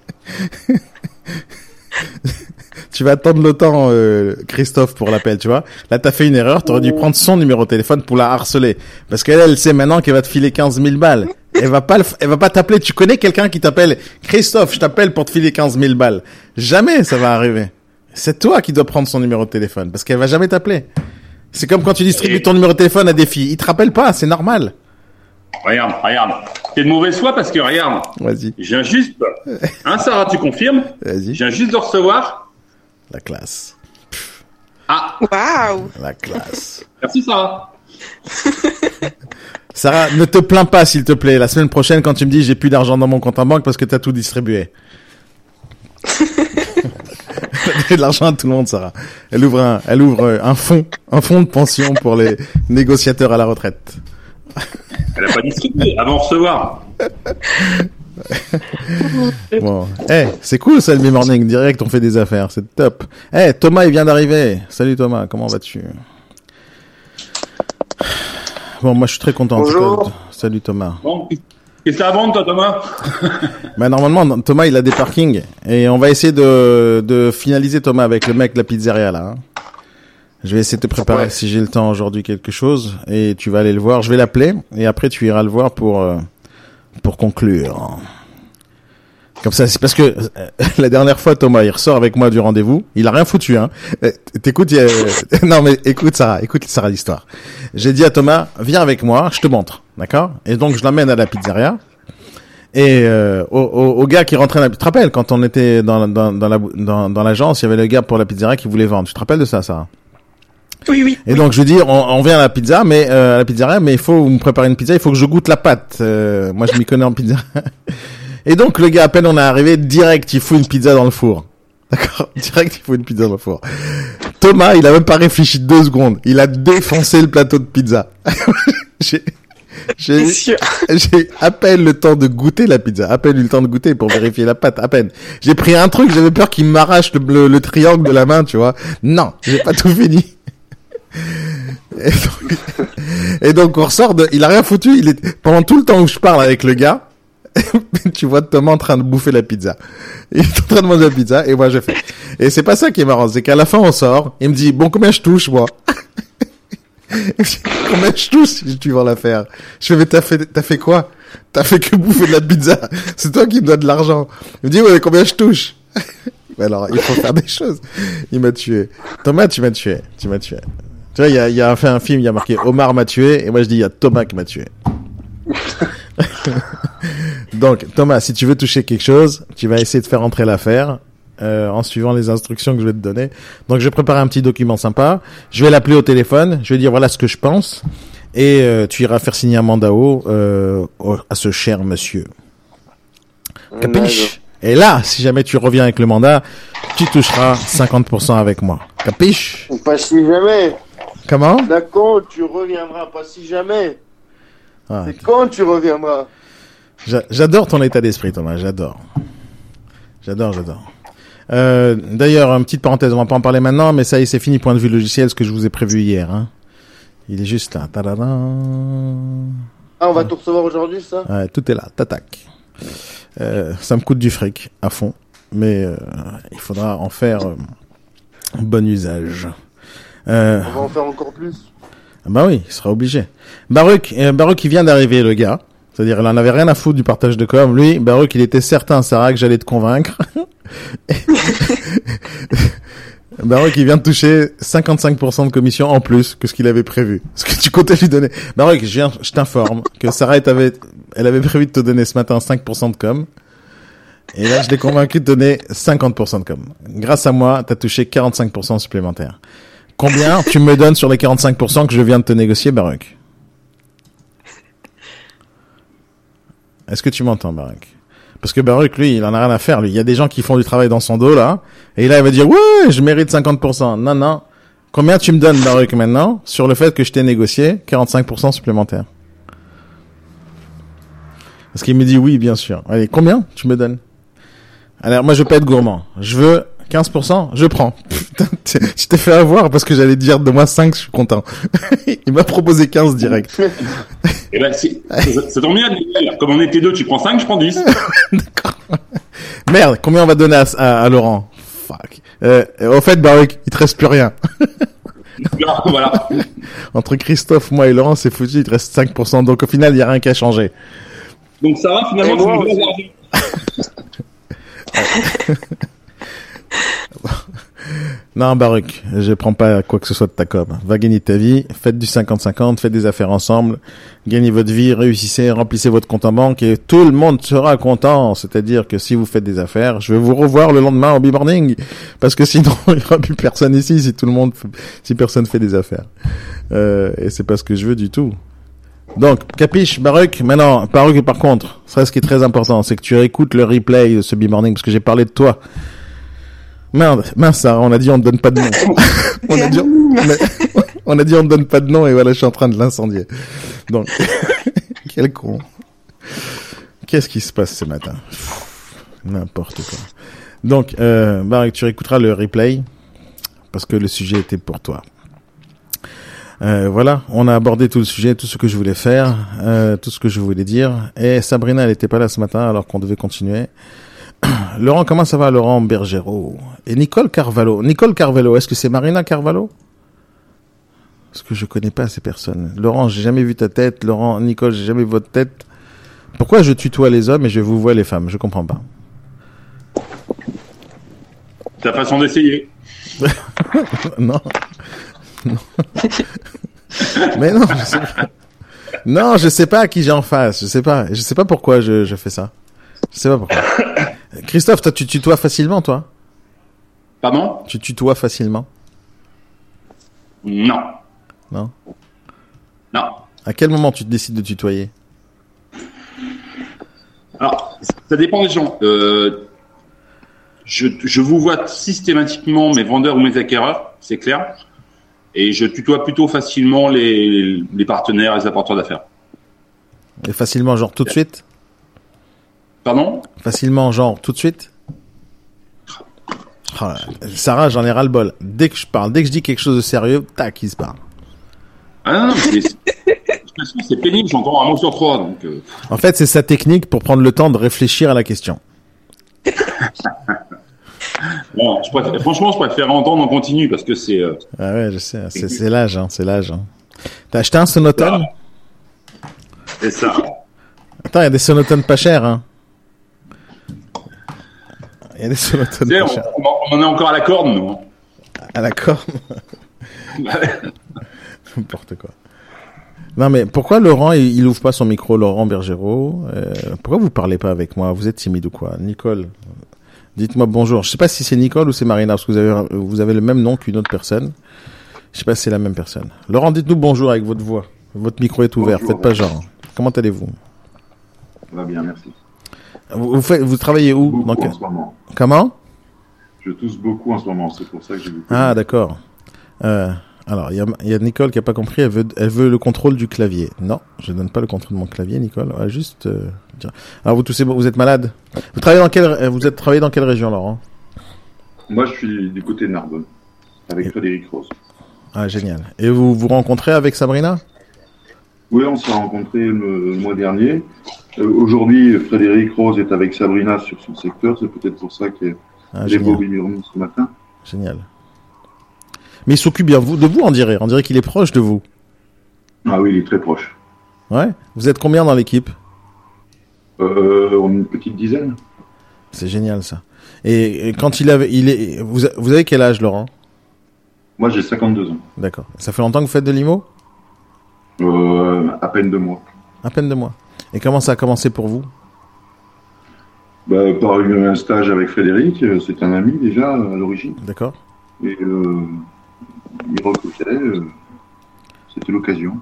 Tu vas attendre le temps, euh, Christophe, pour l'appel, tu vois. Là, t'as fait une erreur, t'aurais dû prendre son numéro de téléphone pour la harceler. Parce qu'elle, elle sait maintenant qu'elle va te filer quinze mille balles. Elle va pas le f- elle va pas t'appeler. Tu connais quelqu'un qui t'appelle, Christophe, je t'appelle pour te filer quinze mille balles. Jamais ça va arriver. C'est toi qui dois prendre son numéro de téléphone. Parce qu'elle va jamais t'appeler. C'est comme quand tu distribues ton numéro de téléphone à des filles. Ils te rappellent pas, c'est normal. Regarde, regarde. T'es de mauvaise foi parce que regarde, Vas-y, je viens juste. Hein, Sarah, tu confirmes? vas-y. Je viens juste de recevoir. La classe. Ah, Waouh. La classe. merci Sarah. Sarah, ne te plains pas, s'il te plaît. La semaine prochaine, quand tu me dis j'ai plus d'argent dans mon compte en banque parce que t'as tout distribué. T'as donné de l'argent à tout le monde, Sarah. Elle ouvre un, elle ouvre un fonds, un fonds de pension pour les négociateurs à la retraite. Elle a pas distribué avant de recevoir. Bon. Eh, c'est cool, ça, le B-Morning. Direct, on fait des affaires. C'est top. Eh, Thomas, il vient d'arriver. Salut, Thomas. Comment vas-tu? Bon, moi, je suis très content. en tout Bonjour. cas. Salut, Thomas. Bon, qu'est-ce que t'as à vendre, toi, Thomas? Bah, normalement, Thomas, il a des parkings. Et on va essayer de, de finaliser, Thomas, avec le mec de la pizzeria, là. hein. Je vais essayer de te préparer, Ouais. si j'ai le temps aujourd'hui, quelque chose. Et tu vas aller le voir. Je vais l'appeler. Et après, tu iras le voir pour, euh, pour conclure. Comme ça, c'est parce que euh, la dernière fois, Thomas, il ressort avec moi du rendez-vous. Il a rien foutu, hein. Euh, T'écoutes, il y a- non mais écoute Sarah, écoute Sarah l'histoire. J'ai dit à Thomas, viens avec moi, je te montre, d'accord? Et donc je l'emmène à la pizzeria. Et euh, au, au, au gars qui rentrait, dans la... tu te rappelles quand on était dans dans dans la dans, dans l'agence, il y avait le gars pour la pizzeria qui voulait vendre. Tu te rappelles de ça, Sarah? Oui, oui. Et donc je lui dis, on, on vient à la pizza, mais euh, à la pizzeria, mais il faut me préparer une pizza, il faut que je goûte la pâte. Euh, moi, je m'y connais en pizza. Et donc le gars, à peine on est arrivé, direct, il fout une pizza dans le four. D'accord, direct, il fout une pizza dans le four. Thomas, il a même pas réfléchi deux secondes. Il a défoncé le plateau de pizza. j'ai, j'ai, Bien sûr. j'ai à peine le temps de goûter la pizza, à peine eu le temps de goûter pour vérifier la pâte, à peine. J'ai pris un truc, j'avais peur qu'il m'arrache le, le, le triangle de la main, tu vois. Non, j'ai pas tout fini. Et donc, et donc on ressort de, il a rien foutu, il est, pendant tout le temps où je parle avec le gars, tu vois Thomas en train de bouffer la pizza. Il est en train de manger la pizza, et moi je fais. Et c'est pas ça qui est marrant, c'est qu'à la fin on sort, il me dit, bon, combien je touche, moi? Combien je touche si tu vas la faire? Je fais, mais t'as fait, t'as fait quoi? T'as fait que bouffer de la pizza. C'est toi qui me dois de l'argent. Il me dit, ouais, combien je touche? Alors, il faut faire des choses. Il m'a tué. Thomas, tu m'as tué. Tu m'as tué. Tu vois, il y a, il y a fait un film, il y a marqué Omar m'a tué, et moi je dis, il y a Thomas qui m'a tué. Donc, Thomas, si tu veux toucher quelque chose, tu vas essayer de faire entrer l'affaire, euh, en suivant les instructions que je vais te donner. Donc, je vais préparer un petit document sympa. Je vais l'appeler au téléphone. Je vais dire voilà ce que je pense. Et, euh, tu iras faire signer un mandat euh, au- à ce cher monsieur. Capiche? Et là, si jamais tu reviens avec le mandat, tu toucheras cinquante pour cent avec moi. Capiche? Pas si jamais. Comment? D'accord, tu reviendras. Pas si jamais. Ah, C'est quand tu reviendras. j'a- j'adore ton état d'esprit, Thomas. J'adore. J'adore, j'adore. Euh, d'ailleurs, une petite parenthèse, on va pas en parler maintenant, mais ça y est, c'est fini, point de vue logiciel, ce que je vous ai prévu hier, hein. Il est juste là. Tadadam. Ah, on va tout recevoir aujourd'hui, ça? Ouais, tout est là. Tatac. Euh, ça me coûte du fric, à fond. Mais, euh, il faudra en faire, euh, bon usage. Euh, On va en faire encore plus. bah oui, il sera obligé. Baruch, euh, Baruch, il vient d'arriver, le gars. C'est-à-dire, il en avait rien à foutre du partage de com. Lui, Baruch, il était certain, Sarah, que j'allais te convaincre. Baruch, il vient de toucher cinquante-cinq pour cent de commission en plus que ce qu'il avait prévu. Ce que tu comptais lui donner. Baruch, je, viens, je t'informe que Sarah, elle avait, elle avait prévu de te donner ce matin cinq pour cent de com. Et là, je l'ai convaincu de donner cinquante pour cent de com. Grâce à moi, t'as touché quarante-cinq pour cent supplémentaires. Combien tu me donnes sur les quarante-cinq pour cent que je viens de te négocier, Baruch? Est-ce que tu m'entends, Baruch? Parce que Baruch, lui, il en a rien à faire, lui. Il y a des gens qui font du travail dans son dos, là. Et là, il va dire, ouais, je mérite cinquante pour cent. Non, non. Combien tu me donnes, Baruch, maintenant, sur le fait que je t'ai négocié quarante-cinq pour cent supplémentaire? Parce qu'il me dit oui, bien sûr. Allez, combien tu me donnes? Alors, moi, je veux pas être gourmand. Je veux quinze pour cent, je prends. Putain, je t'ai fait avoir parce que j'allais dire de moi cinq, je suis content. Il m'a proposé quinze direct. Eh ben, c'est, ça tombe bien, comme on était deux, tu prends cinq, je prends dix. D'accord. Merde, combien on va donner à, à, à Laurent? Fuck. Euh, au fait, Baruch, il te reste plus rien. Voilà. Entre Christophe, moi et Laurent, c'est foutu, il te reste cinq pour cent. Donc au final, il y a rien qu'à changer. Donc ça va, finalement, tu me donnes l'argent. Non, Baruch, je prends pas quoi que ce soit de ta com. Va gagner ta vie, faites du cinquante cinquante, faites des affaires ensemble, gagnez votre vie, réussissez, remplissez votre compte en banque et tout le monde sera content. C'est-à-dire que si vous faites des affaires, je vais vous revoir le lendemain au B-Morning. Parce que sinon, il y aura plus personne ici si tout le monde, fait, si personne fait des affaires. Euh, et c'est pas ce que je veux du tout. Donc, capiche, Baruch. Maintenant, Baruch, par contre, ça, ce qui est très important, c'est que tu écoutes le replay de ce B-Morning parce que j'ai parlé de toi. Merde, mince, ça, on a dit on ne donne pas de nom. on, a dit, on, a, on a dit on ne donne pas de nom et voilà, je suis en train de l'incendier. Donc, quel con. Qu'est-ce qui se passe ce matin? N'importe quoi. Donc, euh, Baruch, tu réécouteras le replay parce que le sujet était pour toi. Euh, voilà, on a abordé tout le sujet, tout ce que je voulais faire, euh, tout ce que je voulais dire. Et Sabrina, elle était pas là ce matin alors qu'on devait continuer. Laurent, comment ça va, Laurent Bergerot? Et Nicole Carvalho. Nicole Carvalho, est-ce que c'est Marina Carvalho? Parce que je connais pas ces personnes. Laurent, j'ai jamais vu ta tête. Laurent, Nicole, j'ai jamais vu votre tête. Pourquoi je tutoie les hommes et je vous vois les femmes? Je comprends pas. Ta façon d'essayer. Non. Non. Mais non, je sais pas. Non, je sais pas à qui j'ai en face. Je sais pas. Je sais pas pourquoi je, je fais ça. Je sais pas pourquoi. Christophe, toi, tu tutoies facilement, toi? Pardon? Tu tutoies facilement? Non. Non? Non. À quel moment tu te décides de tutoyer? Alors, ça dépend des gens. Euh, je, je vous vois systématiquement mes vendeurs ou mes acquéreurs, c'est clair. Et je tutoie plutôt facilement les, les partenaires et les apporteurs d'affaires. Et facilement, genre tout de suite? Pardon? Facilement, genre tout de suite? Oh, Sarah, j'en ai ras le bol. Dès que je parle, dès que je dis quelque chose de sérieux, tac, il se parle. Ah non, non, c'est, c'est, c'est pénible, j'entends un mot sur trois. Donc, euh... En fait, c'est sa technique pour prendre le temps de réfléchir à la question. Bon, je préfère, franchement, je préfère entendre en continu parce que c'est... Euh... Ah ouais, je sais, c'est, c'est l'âge, hein, c'est l'âge. Hein. T'as acheté un sonotone? C'est ça. Attends, il y a des sonotones pas chers, hein. Il y a des sonotones pas on, chers. On en est encore à la corne, nous. À la corne? N'importe quoi. Non mais pourquoi Laurent, il, il ouvre pas son micro, Laurent Bergerot? euh, Pourquoi vous parlez pas avec moi? Vous êtes timide ou quoi? Nicole, dites-moi bonjour. Je sais pas si c'est Nicole ou c'est Marina, parce que vous avez, vous avez le même nom qu'une autre personne. Je sais pas si c'est la même personne. Laurent, dites-nous bonjour avec votre voix. Votre micro est ouvert, Bonjour. Faites pas genre. Comment allez-vous? Ça va bien, merci. Vous, vous, faites, vous travaillez où? Beaucoup Donc, en ce moment. comment? Je tousse beaucoup en ce moment, c'est pour ça que j'ai beaucoup. Ah d'accord. Euh, alors il y a, y a Nicole qui a pas compris. Elle veut, elle veut le contrôle du clavier. Non, je donne pas le contrôle de mon clavier, Nicole. Ouais, juste. Euh, dire. Alors vous toussez, vous êtes malade. Vous travaillez dans quelle, vous êtes travaillé dans quelle région, Laurent? Moi, je suis du côté de Narbonne, avec Frédéric Rose. Ah génial. Et vous vous rencontrez avec Sabrina? Oui, on s'est rencontrés le, le mois dernier. Euh, aujourd'hui, Frédéric Rose est avec Sabrina sur son secteur. C'est peut-être pour ça qu'elle Ah, est beau ce matin. Génial. Mais il s'occupe bien vous, de vous, on dirait. On dirait qu'il est proche de vous. Ah oui, il est très proche. Ouais. Vous êtes combien dans l'équipe? Euh, on est une petite dizaine. C'est génial ça. Et, et quand il avait, il est, vous, vous avez quel âge, Laurent? Moi, j'ai cinquante-deux ans. D'accord. Ça fait longtemps que vous faites de l'I M O? Euh, à peine deux mois. À peine deux mois. Et comment ça a commencé pour vous? Bah, par une, un stage avec Frédéric, c'est un ami déjà à l'origine. D'accord. Et euh, il recrutait, euh, c'était l'occasion.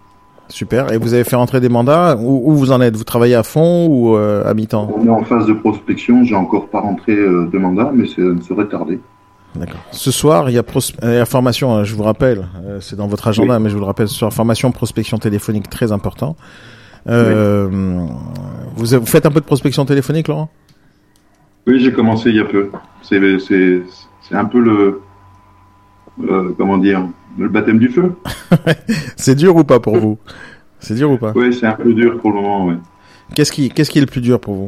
Super. Et vous avez fait rentrer des mandats. Où, où vous en êtes? Vous travaillez à fond ou euh, à mi-temps? On est en phase de prospection. J'ai encore pas rentré euh, de mandat, mais c'est serait tardé. D'accord. Ce soir, il y a, pros- il y a formation, je vous rappelle, euh, c'est dans votre agenda, Oui. mais je vous le rappelle, ce soir, formation prospection téléphonique très important. Euh, oui. vous, vous faites un peu de prospection téléphonique, Laurent? Oui, j'ai commencé il y a peu. C'est, c'est, c'est un peu le, euh, comment dire, le baptême du feu. C'est dur ou pas pour vous? C'est dur ou pas? Oui, c'est un peu dur pour le moment, oui. Qu'est-ce qui, qu'est-ce qui est le plus dur pour vous?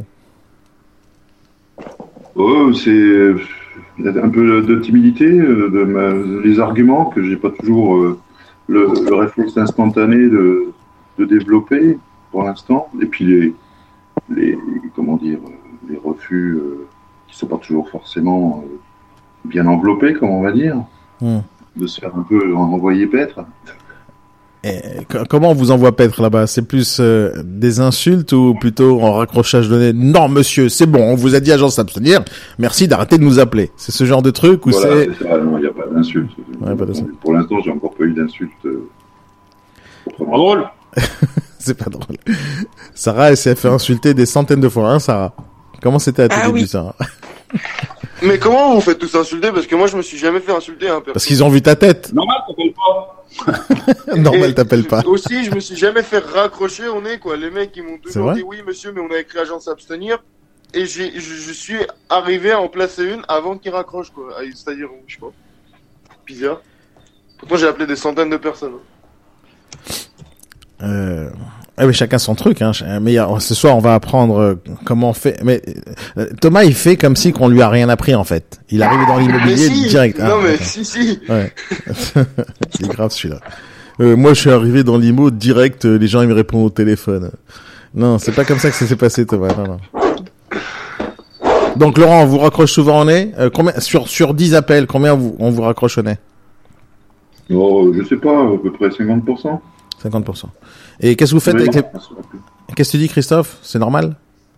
Oh, c'est un peu de timidité, de ma, les arguments que j'ai pas toujours euh, le, le réflexe instantané de, de développer pour l'instant, et puis les, les comment dire, les refus euh, qui sont pas toujours forcément euh, bien enveloppés, comme on va dire, mmh. de se faire un peu envoyer paître. Et comment on vous envoie paître là-bas? C'est plus euh, des insultes ou plutôt en raccrochage de nez? Non, monsieur, c'est bon, on vous a dit agence s'abstenir. Merci d'arrêter de nous appeler. C'est ce genre de truc ou voilà, c'est... c'est ça, non, il n'y a pas d'insulte. Ouais, pas d'insulte. Pour l'instant, j'ai encore pas eu d'insulte. Euh, pas drôle. C'est pas drôle. Sarah, elle s'est fait insulter des centaines de fois, hein, Sarah? Comment c'était à tes Ah débuts, oui. Sarah? Mais comment vous faites tous insulter? Parce que moi, je me suis jamais fait insulter. Hein, Parce qu'ils ont vu ta tête. Normal, t'appelles pas. Normal, t'appelles pas. Aussi, je me suis jamais fait raccrocher au nez, quoi. Les mecs, ils m'ont C'est toujours vrai dit oui, monsieur, mais on a écrit agence s'abstenir. Et j'ai, je, je suis arrivé à en placer une avant qu'ils raccrochent, quoi. Ah, c'est-à-dire, je sais pas. Bizarre. Pourtant, j'ai appelé des centaines de personnes. Euh... Ah oui, chacun son truc, hein. Mais y a... ce soir, on va apprendre euh, comment on fait. Mais euh, Thomas, il fait comme si qu'on lui a rien appris en fait. Il arrive dans l'immobilier si direct. Non, ah, mais d'accord. si, si. Ouais. C'est grave celui-là. Euh, moi, je suis arrivé dans l'immo direct. euh, Les gens ils me répondent au téléphone. Non, c'est pas comme ça que ça s'est passé, Thomas. Non, non. Donc, Laurent, on vous raccroche souvent au nez. Euh, combien sur sur dix appels, combien vous, on vous raccroche au nez? oh, je sais pas, à peu près cinquante pour cent. cinquante pour cent. Et qu'est-ce que vous faites Oui, avec les... non, Qu'est-ce que tu dis, Christophe? C'est normal?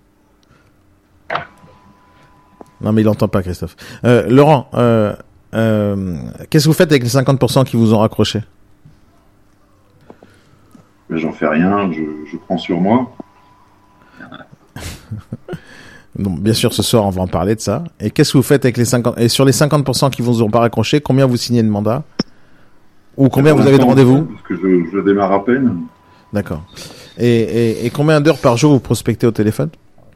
Non, mais il entend pas, Christophe. Euh, Laurent, euh, euh, qu'est-ce que vous faites avec les cinquante pour cent qui vous ont raccroché? Ben, j'en fais rien, je, je prends sur moi. Donc, bien sûr, ce soir, on va en parler de ça. Et qu'est-ce que vous faites avec les cinquante... Et sur les cinquante pour cent qui vous ont pas raccroché, combien vous signez de mandat? Ou combien vous avez de rendez-vous? Parce que je, je démarre à peine. D'accord. Et, et, et combien d'heures par jour vous prospectez au téléphone?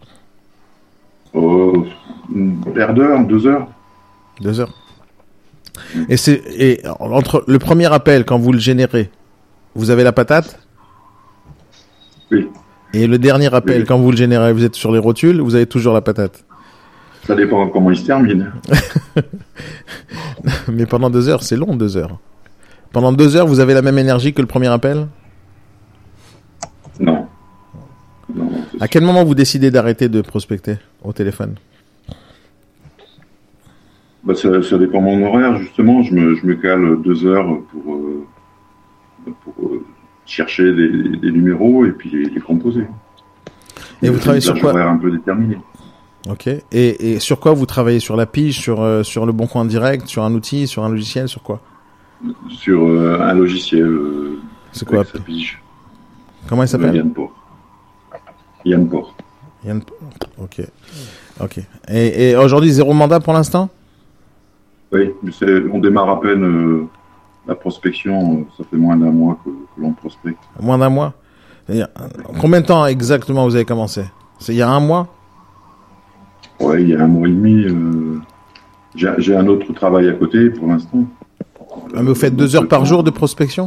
Oh, une paire d'heures, deux heures. Deux heures. Et c'est et entre le premier appel quand vous le générez, vous avez la patate? Oui. Et le dernier appel Oui. quand vous le générez, vous êtes sur les rotules, vous avez toujours la patate. Ça dépend comment il se termine. Mais pendant deux heures, c'est long, deux heures. Pendant deux heures, vous avez la même énergie que le premier appel? Non. non À quel moment vous décidez d'arrêter de prospecter au téléphone? bah, ça, ça dépend de mon horaire, justement. Je me, je me cale deux heures pour, euh, pour euh, chercher des, des numéros et puis les, les composer. Et vous travaillez sur quoi? Un horaire un peu déterminé. Ok. Et, et sur quoi vous travaillez? Sur la pige, sur, euh, sur le Bon Coin direct, sur un outil, sur un logiciel, sur quoi? Sur euh, un logiciel. Euh, C'est quoi? sa pige. Comment il s'appelle? Yann Port. Yann Port. Yann... Ok. Ok. Et, et aujourd'hui, zéro mandat pour l'instant? Oui, mais c'est, on démarre à peine euh, la prospection. euh, Ça fait moins d'un mois que, que l'on prospecte. Moins d'un mois? C'est-à-dire, combien de temps exactement vous avez commencé? C'est il y a un mois? Ouais, il y a un mois et demi. Euh, j'ai, j'ai un autre travail à côté pour l'instant. Ah, mais vous faites deux heures par jour de prospection?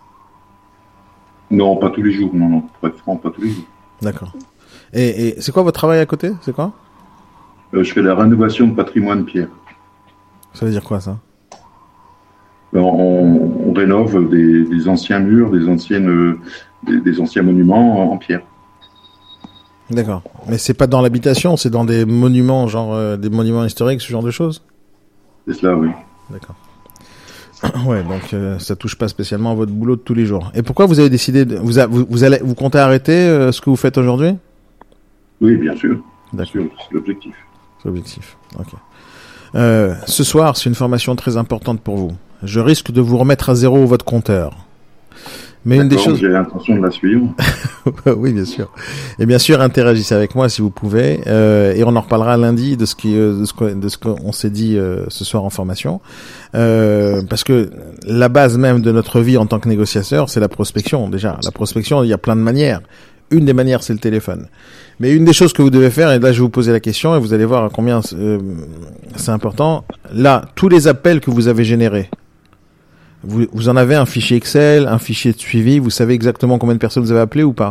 Non, pas tous les jours. Non, non, pour être franc, pas tous les jours. D'accord. Et, et c'est quoi votre travail à côté? C'est quoi? Euh, je fais la rénovation de patrimoine pierre. Ça veut dire quoi, ça? Ben, on, on rénove des, des anciens murs, des anciennes, euh, des, des anciens monuments en, en pierre. D'accord. Mais c'est pas dans l'habitation, c'est dans des monuments, genre euh, des monuments historiques, ce genre de choses? C'est cela, oui. D'accord. Ouais, donc euh, ça touche pas spécialement à votre boulot de tous les jours. Et pourquoi vous avez décidé de vous a, vous, vous allez vous comptez arrêter euh, ce que vous faites aujourd'hui? Oui, bien sûr. Bien D'accord. sûr, c'est l'objectif. C'est l'objectif. Ok. Euh, ce soir, c'est une formation très importante pour vous. Je risque de vous remettre à zéro votre compteur. Mais une des choses, j'ai l'intention de la suivre. oui, bien sûr. Et bien sûr, interagissez avec moi si vous pouvez. Euh, et on en reparlera lundi de ce qui, de ce que, de ce qu'on s'est dit euh, ce soir en formation. Euh, parce que la base même de notre vie en tant que négociateur, c'est la prospection. Déjà, la prospection, il y a plein de manières. Une des manières, c'est le téléphone. Mais une des choses que vous devez faire, et là, je vais vous poser la question, et vous allez voir à combien euh, c'est important. Là, tous les appels que vous avez générés. Vous, vous en avez un fichier Excel, un fichier de suivi, vous savez exactement combien de personnes vous avez appelé ou pas?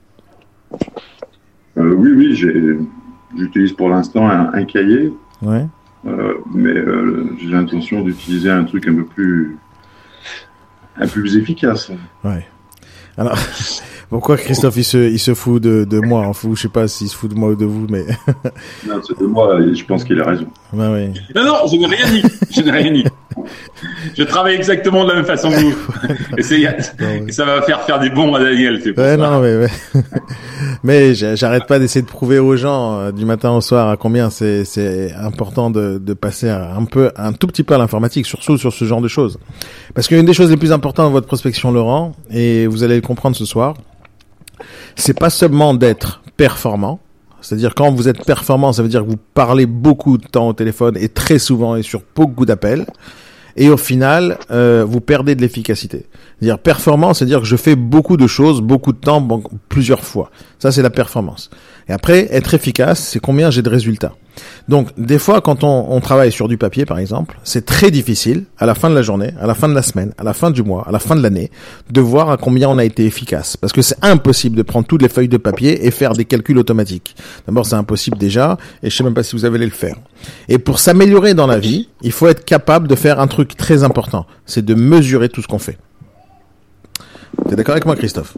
euh, Oui, oui, j'ai, j'utilise pour l'instant un, un cahier, ouais. euh, mais euh, j'ai l'intention d'utiliser un truc un peu plus, un peu plus efficace. Ouais. Alors, pourquoi Christophe il se, il se fout de, de moi, en fou, je sais pas s'il se fout de moi ou de vous, mais. Non, c'est de moi, et je pense qu'il a raison. Bah oui. Non, non, je n'ai rien dit. Je n'ai rien dit. Je travaille exactement de la même façon que vous. Et, c'est, et ça va faire faire des bons à Daniel, c'est pour ouais, ça. non, mais, mais, mais j'arrête pas d'essayer de prouver aux gens, euh, du matin au soir, à combien c'est, c'est important de, de passer un peu, un tout petit peu à l'informatique, surtout sur ce genre de choses. Parce qu'une des choses les plus importantes de votre prospection, Laurent, et vous allez le comprendre ce soir, c'est pas seulement d'être performant. C'est-à-dire quand vous êtes performant, ça veut dire que vous parlez beaucoup de temps au téléphone et très souvent et sur beaucoup d'appels. Et au final, euh, vous perdez de l'efficacité. C'est-à-dire performant, c'est-à-dire que je fais beaucoup de choses, beaucoup de temps, bon, plusieurs fois. Ça, c'est la performance. Et après, être efficace, c'est combien j'ai de résultats. Donc, des fois, quand on, on travaille sur du papier, par exemple, c'est très difficile, à la fin de la journée, à la fin de la semaine, à la fin du mois, à la fin de l'année, de voir à combien on a été efficace. Parce que c'est impossible de prendre toutes les feuilles de papier et faire des calculs automatiques. D'abord, c'est impossible déjà, et je sais même pas si vous allez le faire. Et pour s'améliorer dans la vie, il faut être capable de faire un truc très important. C'est de mesurer tout ce qu'on fait. T'es d'accord avec moi, Christophe?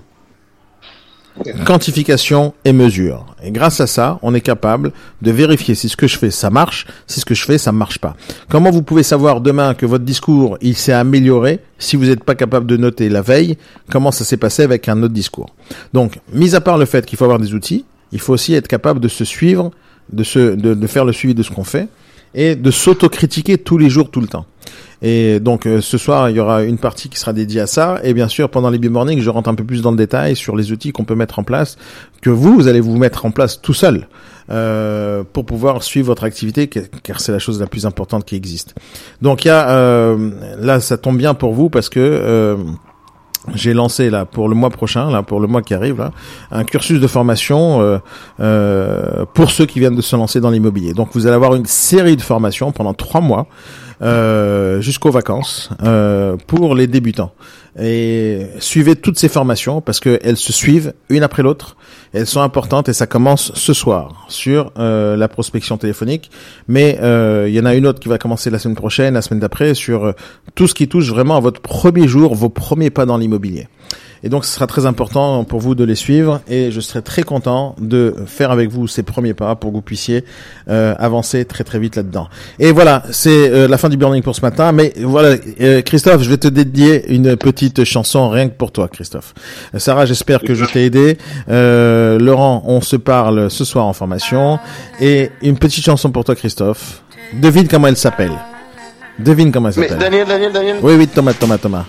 Quantification et mesure. Et grâce à ça, on est capable de vérifier si ce que je fais, ça marche, si ce que je fais, ça marche pas. Comment vous pouvez savoir demain que votre discours, il s'est amélioré si vous n'êtes pas capable de noter la veille comment ça s'est passé avec un autre discours? Donc, mis à part le fait qu'il faut avoir des outils, il faut aussi être capable de se suivre, de se, de, de faire le suivi de ce qu'on fait et de s'autocritiquer tous les jours, tout le temps. Et donc euh, ce soir il y aura une partie qui sera dédiée à ça, et bien sûr pendant les B-Morning je rentre un peu plus dans le détail sur les outils qu'on peut mettre en place, que vous, vous allez vous mettre en place tout seul euh, pour pouvoir suivre votre activité, car c'est la chose la plus importante qui existe. Donc il y a euh, là ça tombe bien pour vous parce que euh, j'ai lancé là pour le mois prochain, là pour le mois qui arrive, là, un cursus de formation euh, euh, pour ceux qui viennent de se lancer dans l'immobilier. Donc vous allez avoir une série de formations pendant trois mois. Euh, jusqu'aux vacances euh, pour les débutants. Et suivez toutes ces formations parce que elles se suivent une après l'autre. Elles sont importantes et ça commence ce soir sur euh, la prospection téléphonique. Mais euh, il y en a une autre qui va commencer la semaine prochaine, la semaine d'après, sur euh, tout ce qui touche vraiment à votre premier jour, vos premiers pas dans l'immobilier. Et donc, ce sera très important pour vous de les suivre et je serai très content de faire avec vous ces premiers pas pour que vous puissiez euh, avancer très très vite là-dedans. Et voilà, c'est euh, la fin du burning pour ce matin. Mais voilà, euh, Christophe, je vais te dédier une petite chanson rien que pour toi, Christophe. Euh, Sarah, j'espère que je t'ai aidé. Euh, Laurent, on se parle ce soir en formation. Et une petite chanson pour toi, Christophe. Devine comment elle s'appelle. Devine comment elle s'appelle. Mais Daniel, Daniel, Daniel. Oui, oui, Thomas, Thomas, Thomas.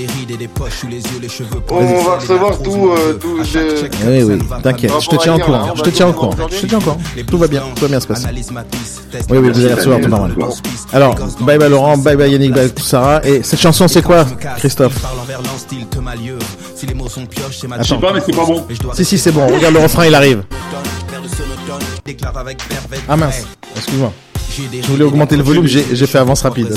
On va recevoir tout, euh, tout. Je... Oui, oui, t'inquiète, je te tiens au courant. Je te tiens au courant. Je te tiens au courant. Tout va bien, tout va bien se passer. Oui, oui, vous allez recevoir tout normal. Alors, bye bye Laurent, bye bye Yannick, bye Sarah. Et cette chanson, c'est quoi, Christophe? Je sais pas, mais c'est pas bon. Si, si, c'est bon. Regarde le refrain, il arrive. Ah mince, excuse-moi. Je voulais augmenter le volume, j'ai, j'ai fait avance rapide.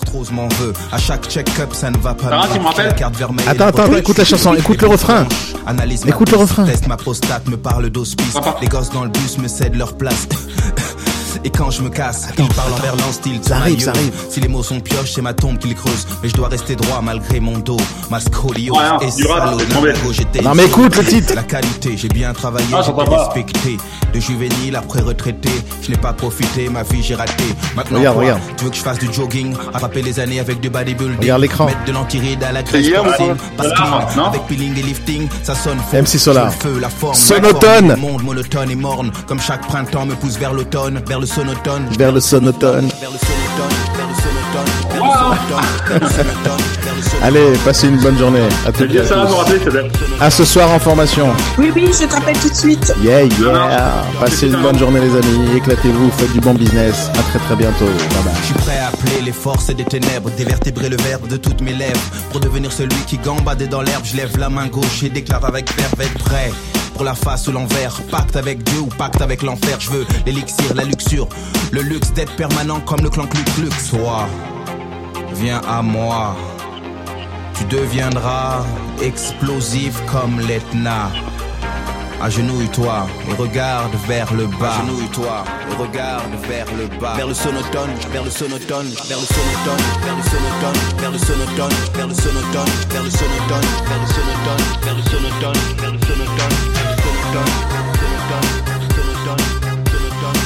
Sarah, tu me rappelles? Attends, attends, attends, écoute la chanson, écoute le refrain. Écoute le refrain. Les gosses dans le bus me cèdent leur place. Et quand je me casse, attends, ils parlent envers l'an style. Ça arrive, ça arrive. Si les mots sont pioches, c'est ma tombe qu'ils creusent. Mais je dois rester droit malgré mon dos. Ma scoliose ouais, et salaud. Non mais écoute le titre. La qualité, j'ai bien travaillé, ah, j'ai été respecté. De juvénile après retraité, je n'ai pas profité, ma vie j'ai raté. Maintenant regarde, quoi, regarde. Tu veux que je fasse du jogging, attraper les années avec du bodybuilding. Regarde l'écran. Mettre de l'antiride à la graisse sportive. Parce que avec peeling et lifting, ça sonne faux. M six Solar. Feu, la forme, Sonotone. Le monde monotone et morne. Comme chaque printemps me pousse vers l'automne, vers le sonotone. Vers le sonotone. Vers le sonotone, vers le sonotone. Allez, passez une bonne journée. À toutes et à ça, tous. vous rappelez, ça date. À ce soir en formation. Oui, oui, je te rappelle tout de suite. Yeah, yeah. Passez une bonne journée les amis. Éclatez-vous, faites du bon business. À très très bientôt. Bye bye. Je suis prêt à appeler les forces des ténèbres, dévertébrer le verbe de toutes mes lèvres, pour devenir celui qui gambade dans l'herbe. Je lève la main gauche et déclare avec verve être prêt pour la face ou l'envers, pacte avec Dieu ou pacte avec l'enfer. Je veux l'élixir, la luxure, le luxe d'être permanent comme le clan Klux Klux. Toi, viens à moi, tu deviendras explosif comme l'Etna. Agenouille-toi et regarde vers le bas. Agenouille-toi et regarde vers le bas. Vers le sonotone, vers le sonotone, vers le sonotone, vers le sonotone, vers le sonotone, vers le sonotone, vers le sonotone, vers le sonotone, vers le sonotone, vers le sonotone, vers le sonotone, sonotone, sonotone, sonotone.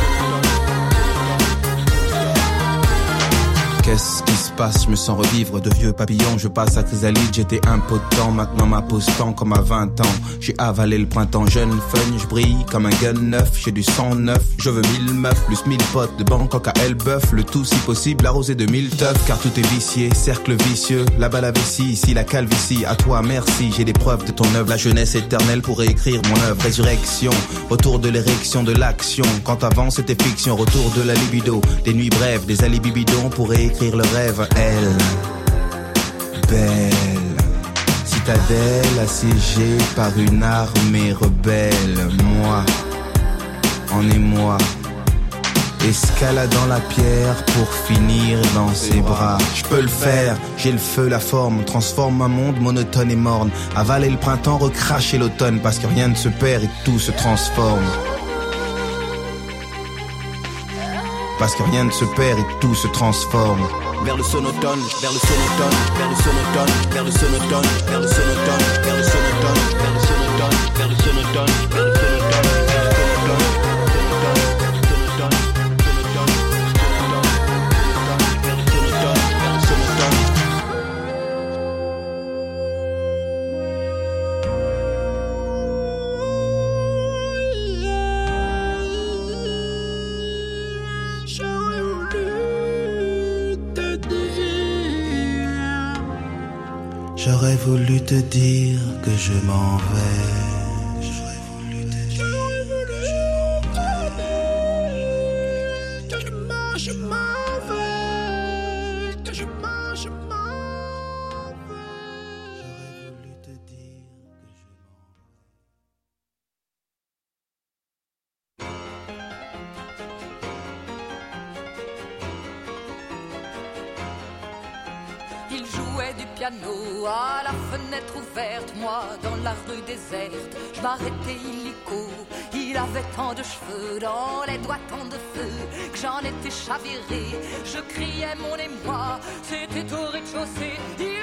Qu'est-ce qui se passe? Je me sens revivre de vieux papillons. Je passe à chrysalide, j'étais impotent. Maintenant ma pose tend comme à vingt ans. J'ai avalé le printemps jeune, fun. Je brille comme un gun neuf. J'ai du sang neuf. Je veux mille meufs, plus mille potes de Bangkok à Elbeuf. Le tout si possible arrosé de mille teufs. Car tout est vicié, cercle vicieux. Là-bas la vessie, ici la calvitie. À toi merci, j'ai des preuves de ton œuvre. La jeunesse éternelle pour réécrire mon œuvre. Résurrection, retour de l'érection de l'action. Quand avant c'était fiction, retour de la libido. Des nuits brèves, des alibis bidons pour réécrire le rêve. Elle, belle, citadelle assiégée par une armée rebelle. Moi, en émoi, escaladant la pierre pour finir dans ses bras. Je peux le faire, j'ai le feu, la forme, transforme un monde monotone et morne. Avaler le printemps, recracher l'automne, parce que rien ne se perd et tout se transforme. Parce que rien ne se perd et tout se transforme. Vers le sonotone, vers le sonotone, vers le sonotone, vers le sonotone, vers le sonotone, vers le sonotone, vers le sonotone, vers le sonotone, vers le sonotone. J'aurais voulu te dire que je m'en vais. J'aurais voulu te dire que je m'en vais. Que je m'en vais. Que je m'en, je m'en vais. J'aurais voulu te dire que je m'en vais. Il jouait du piano à la fenêtre ouverte, moi dans la rue déserte, je m'arrêtais illico. Il avait tant de cheveux, dans les doigts tant de feu, que j'en étais chaviré. Je criais mon émoi, c'était au rez-de-chaussée. Il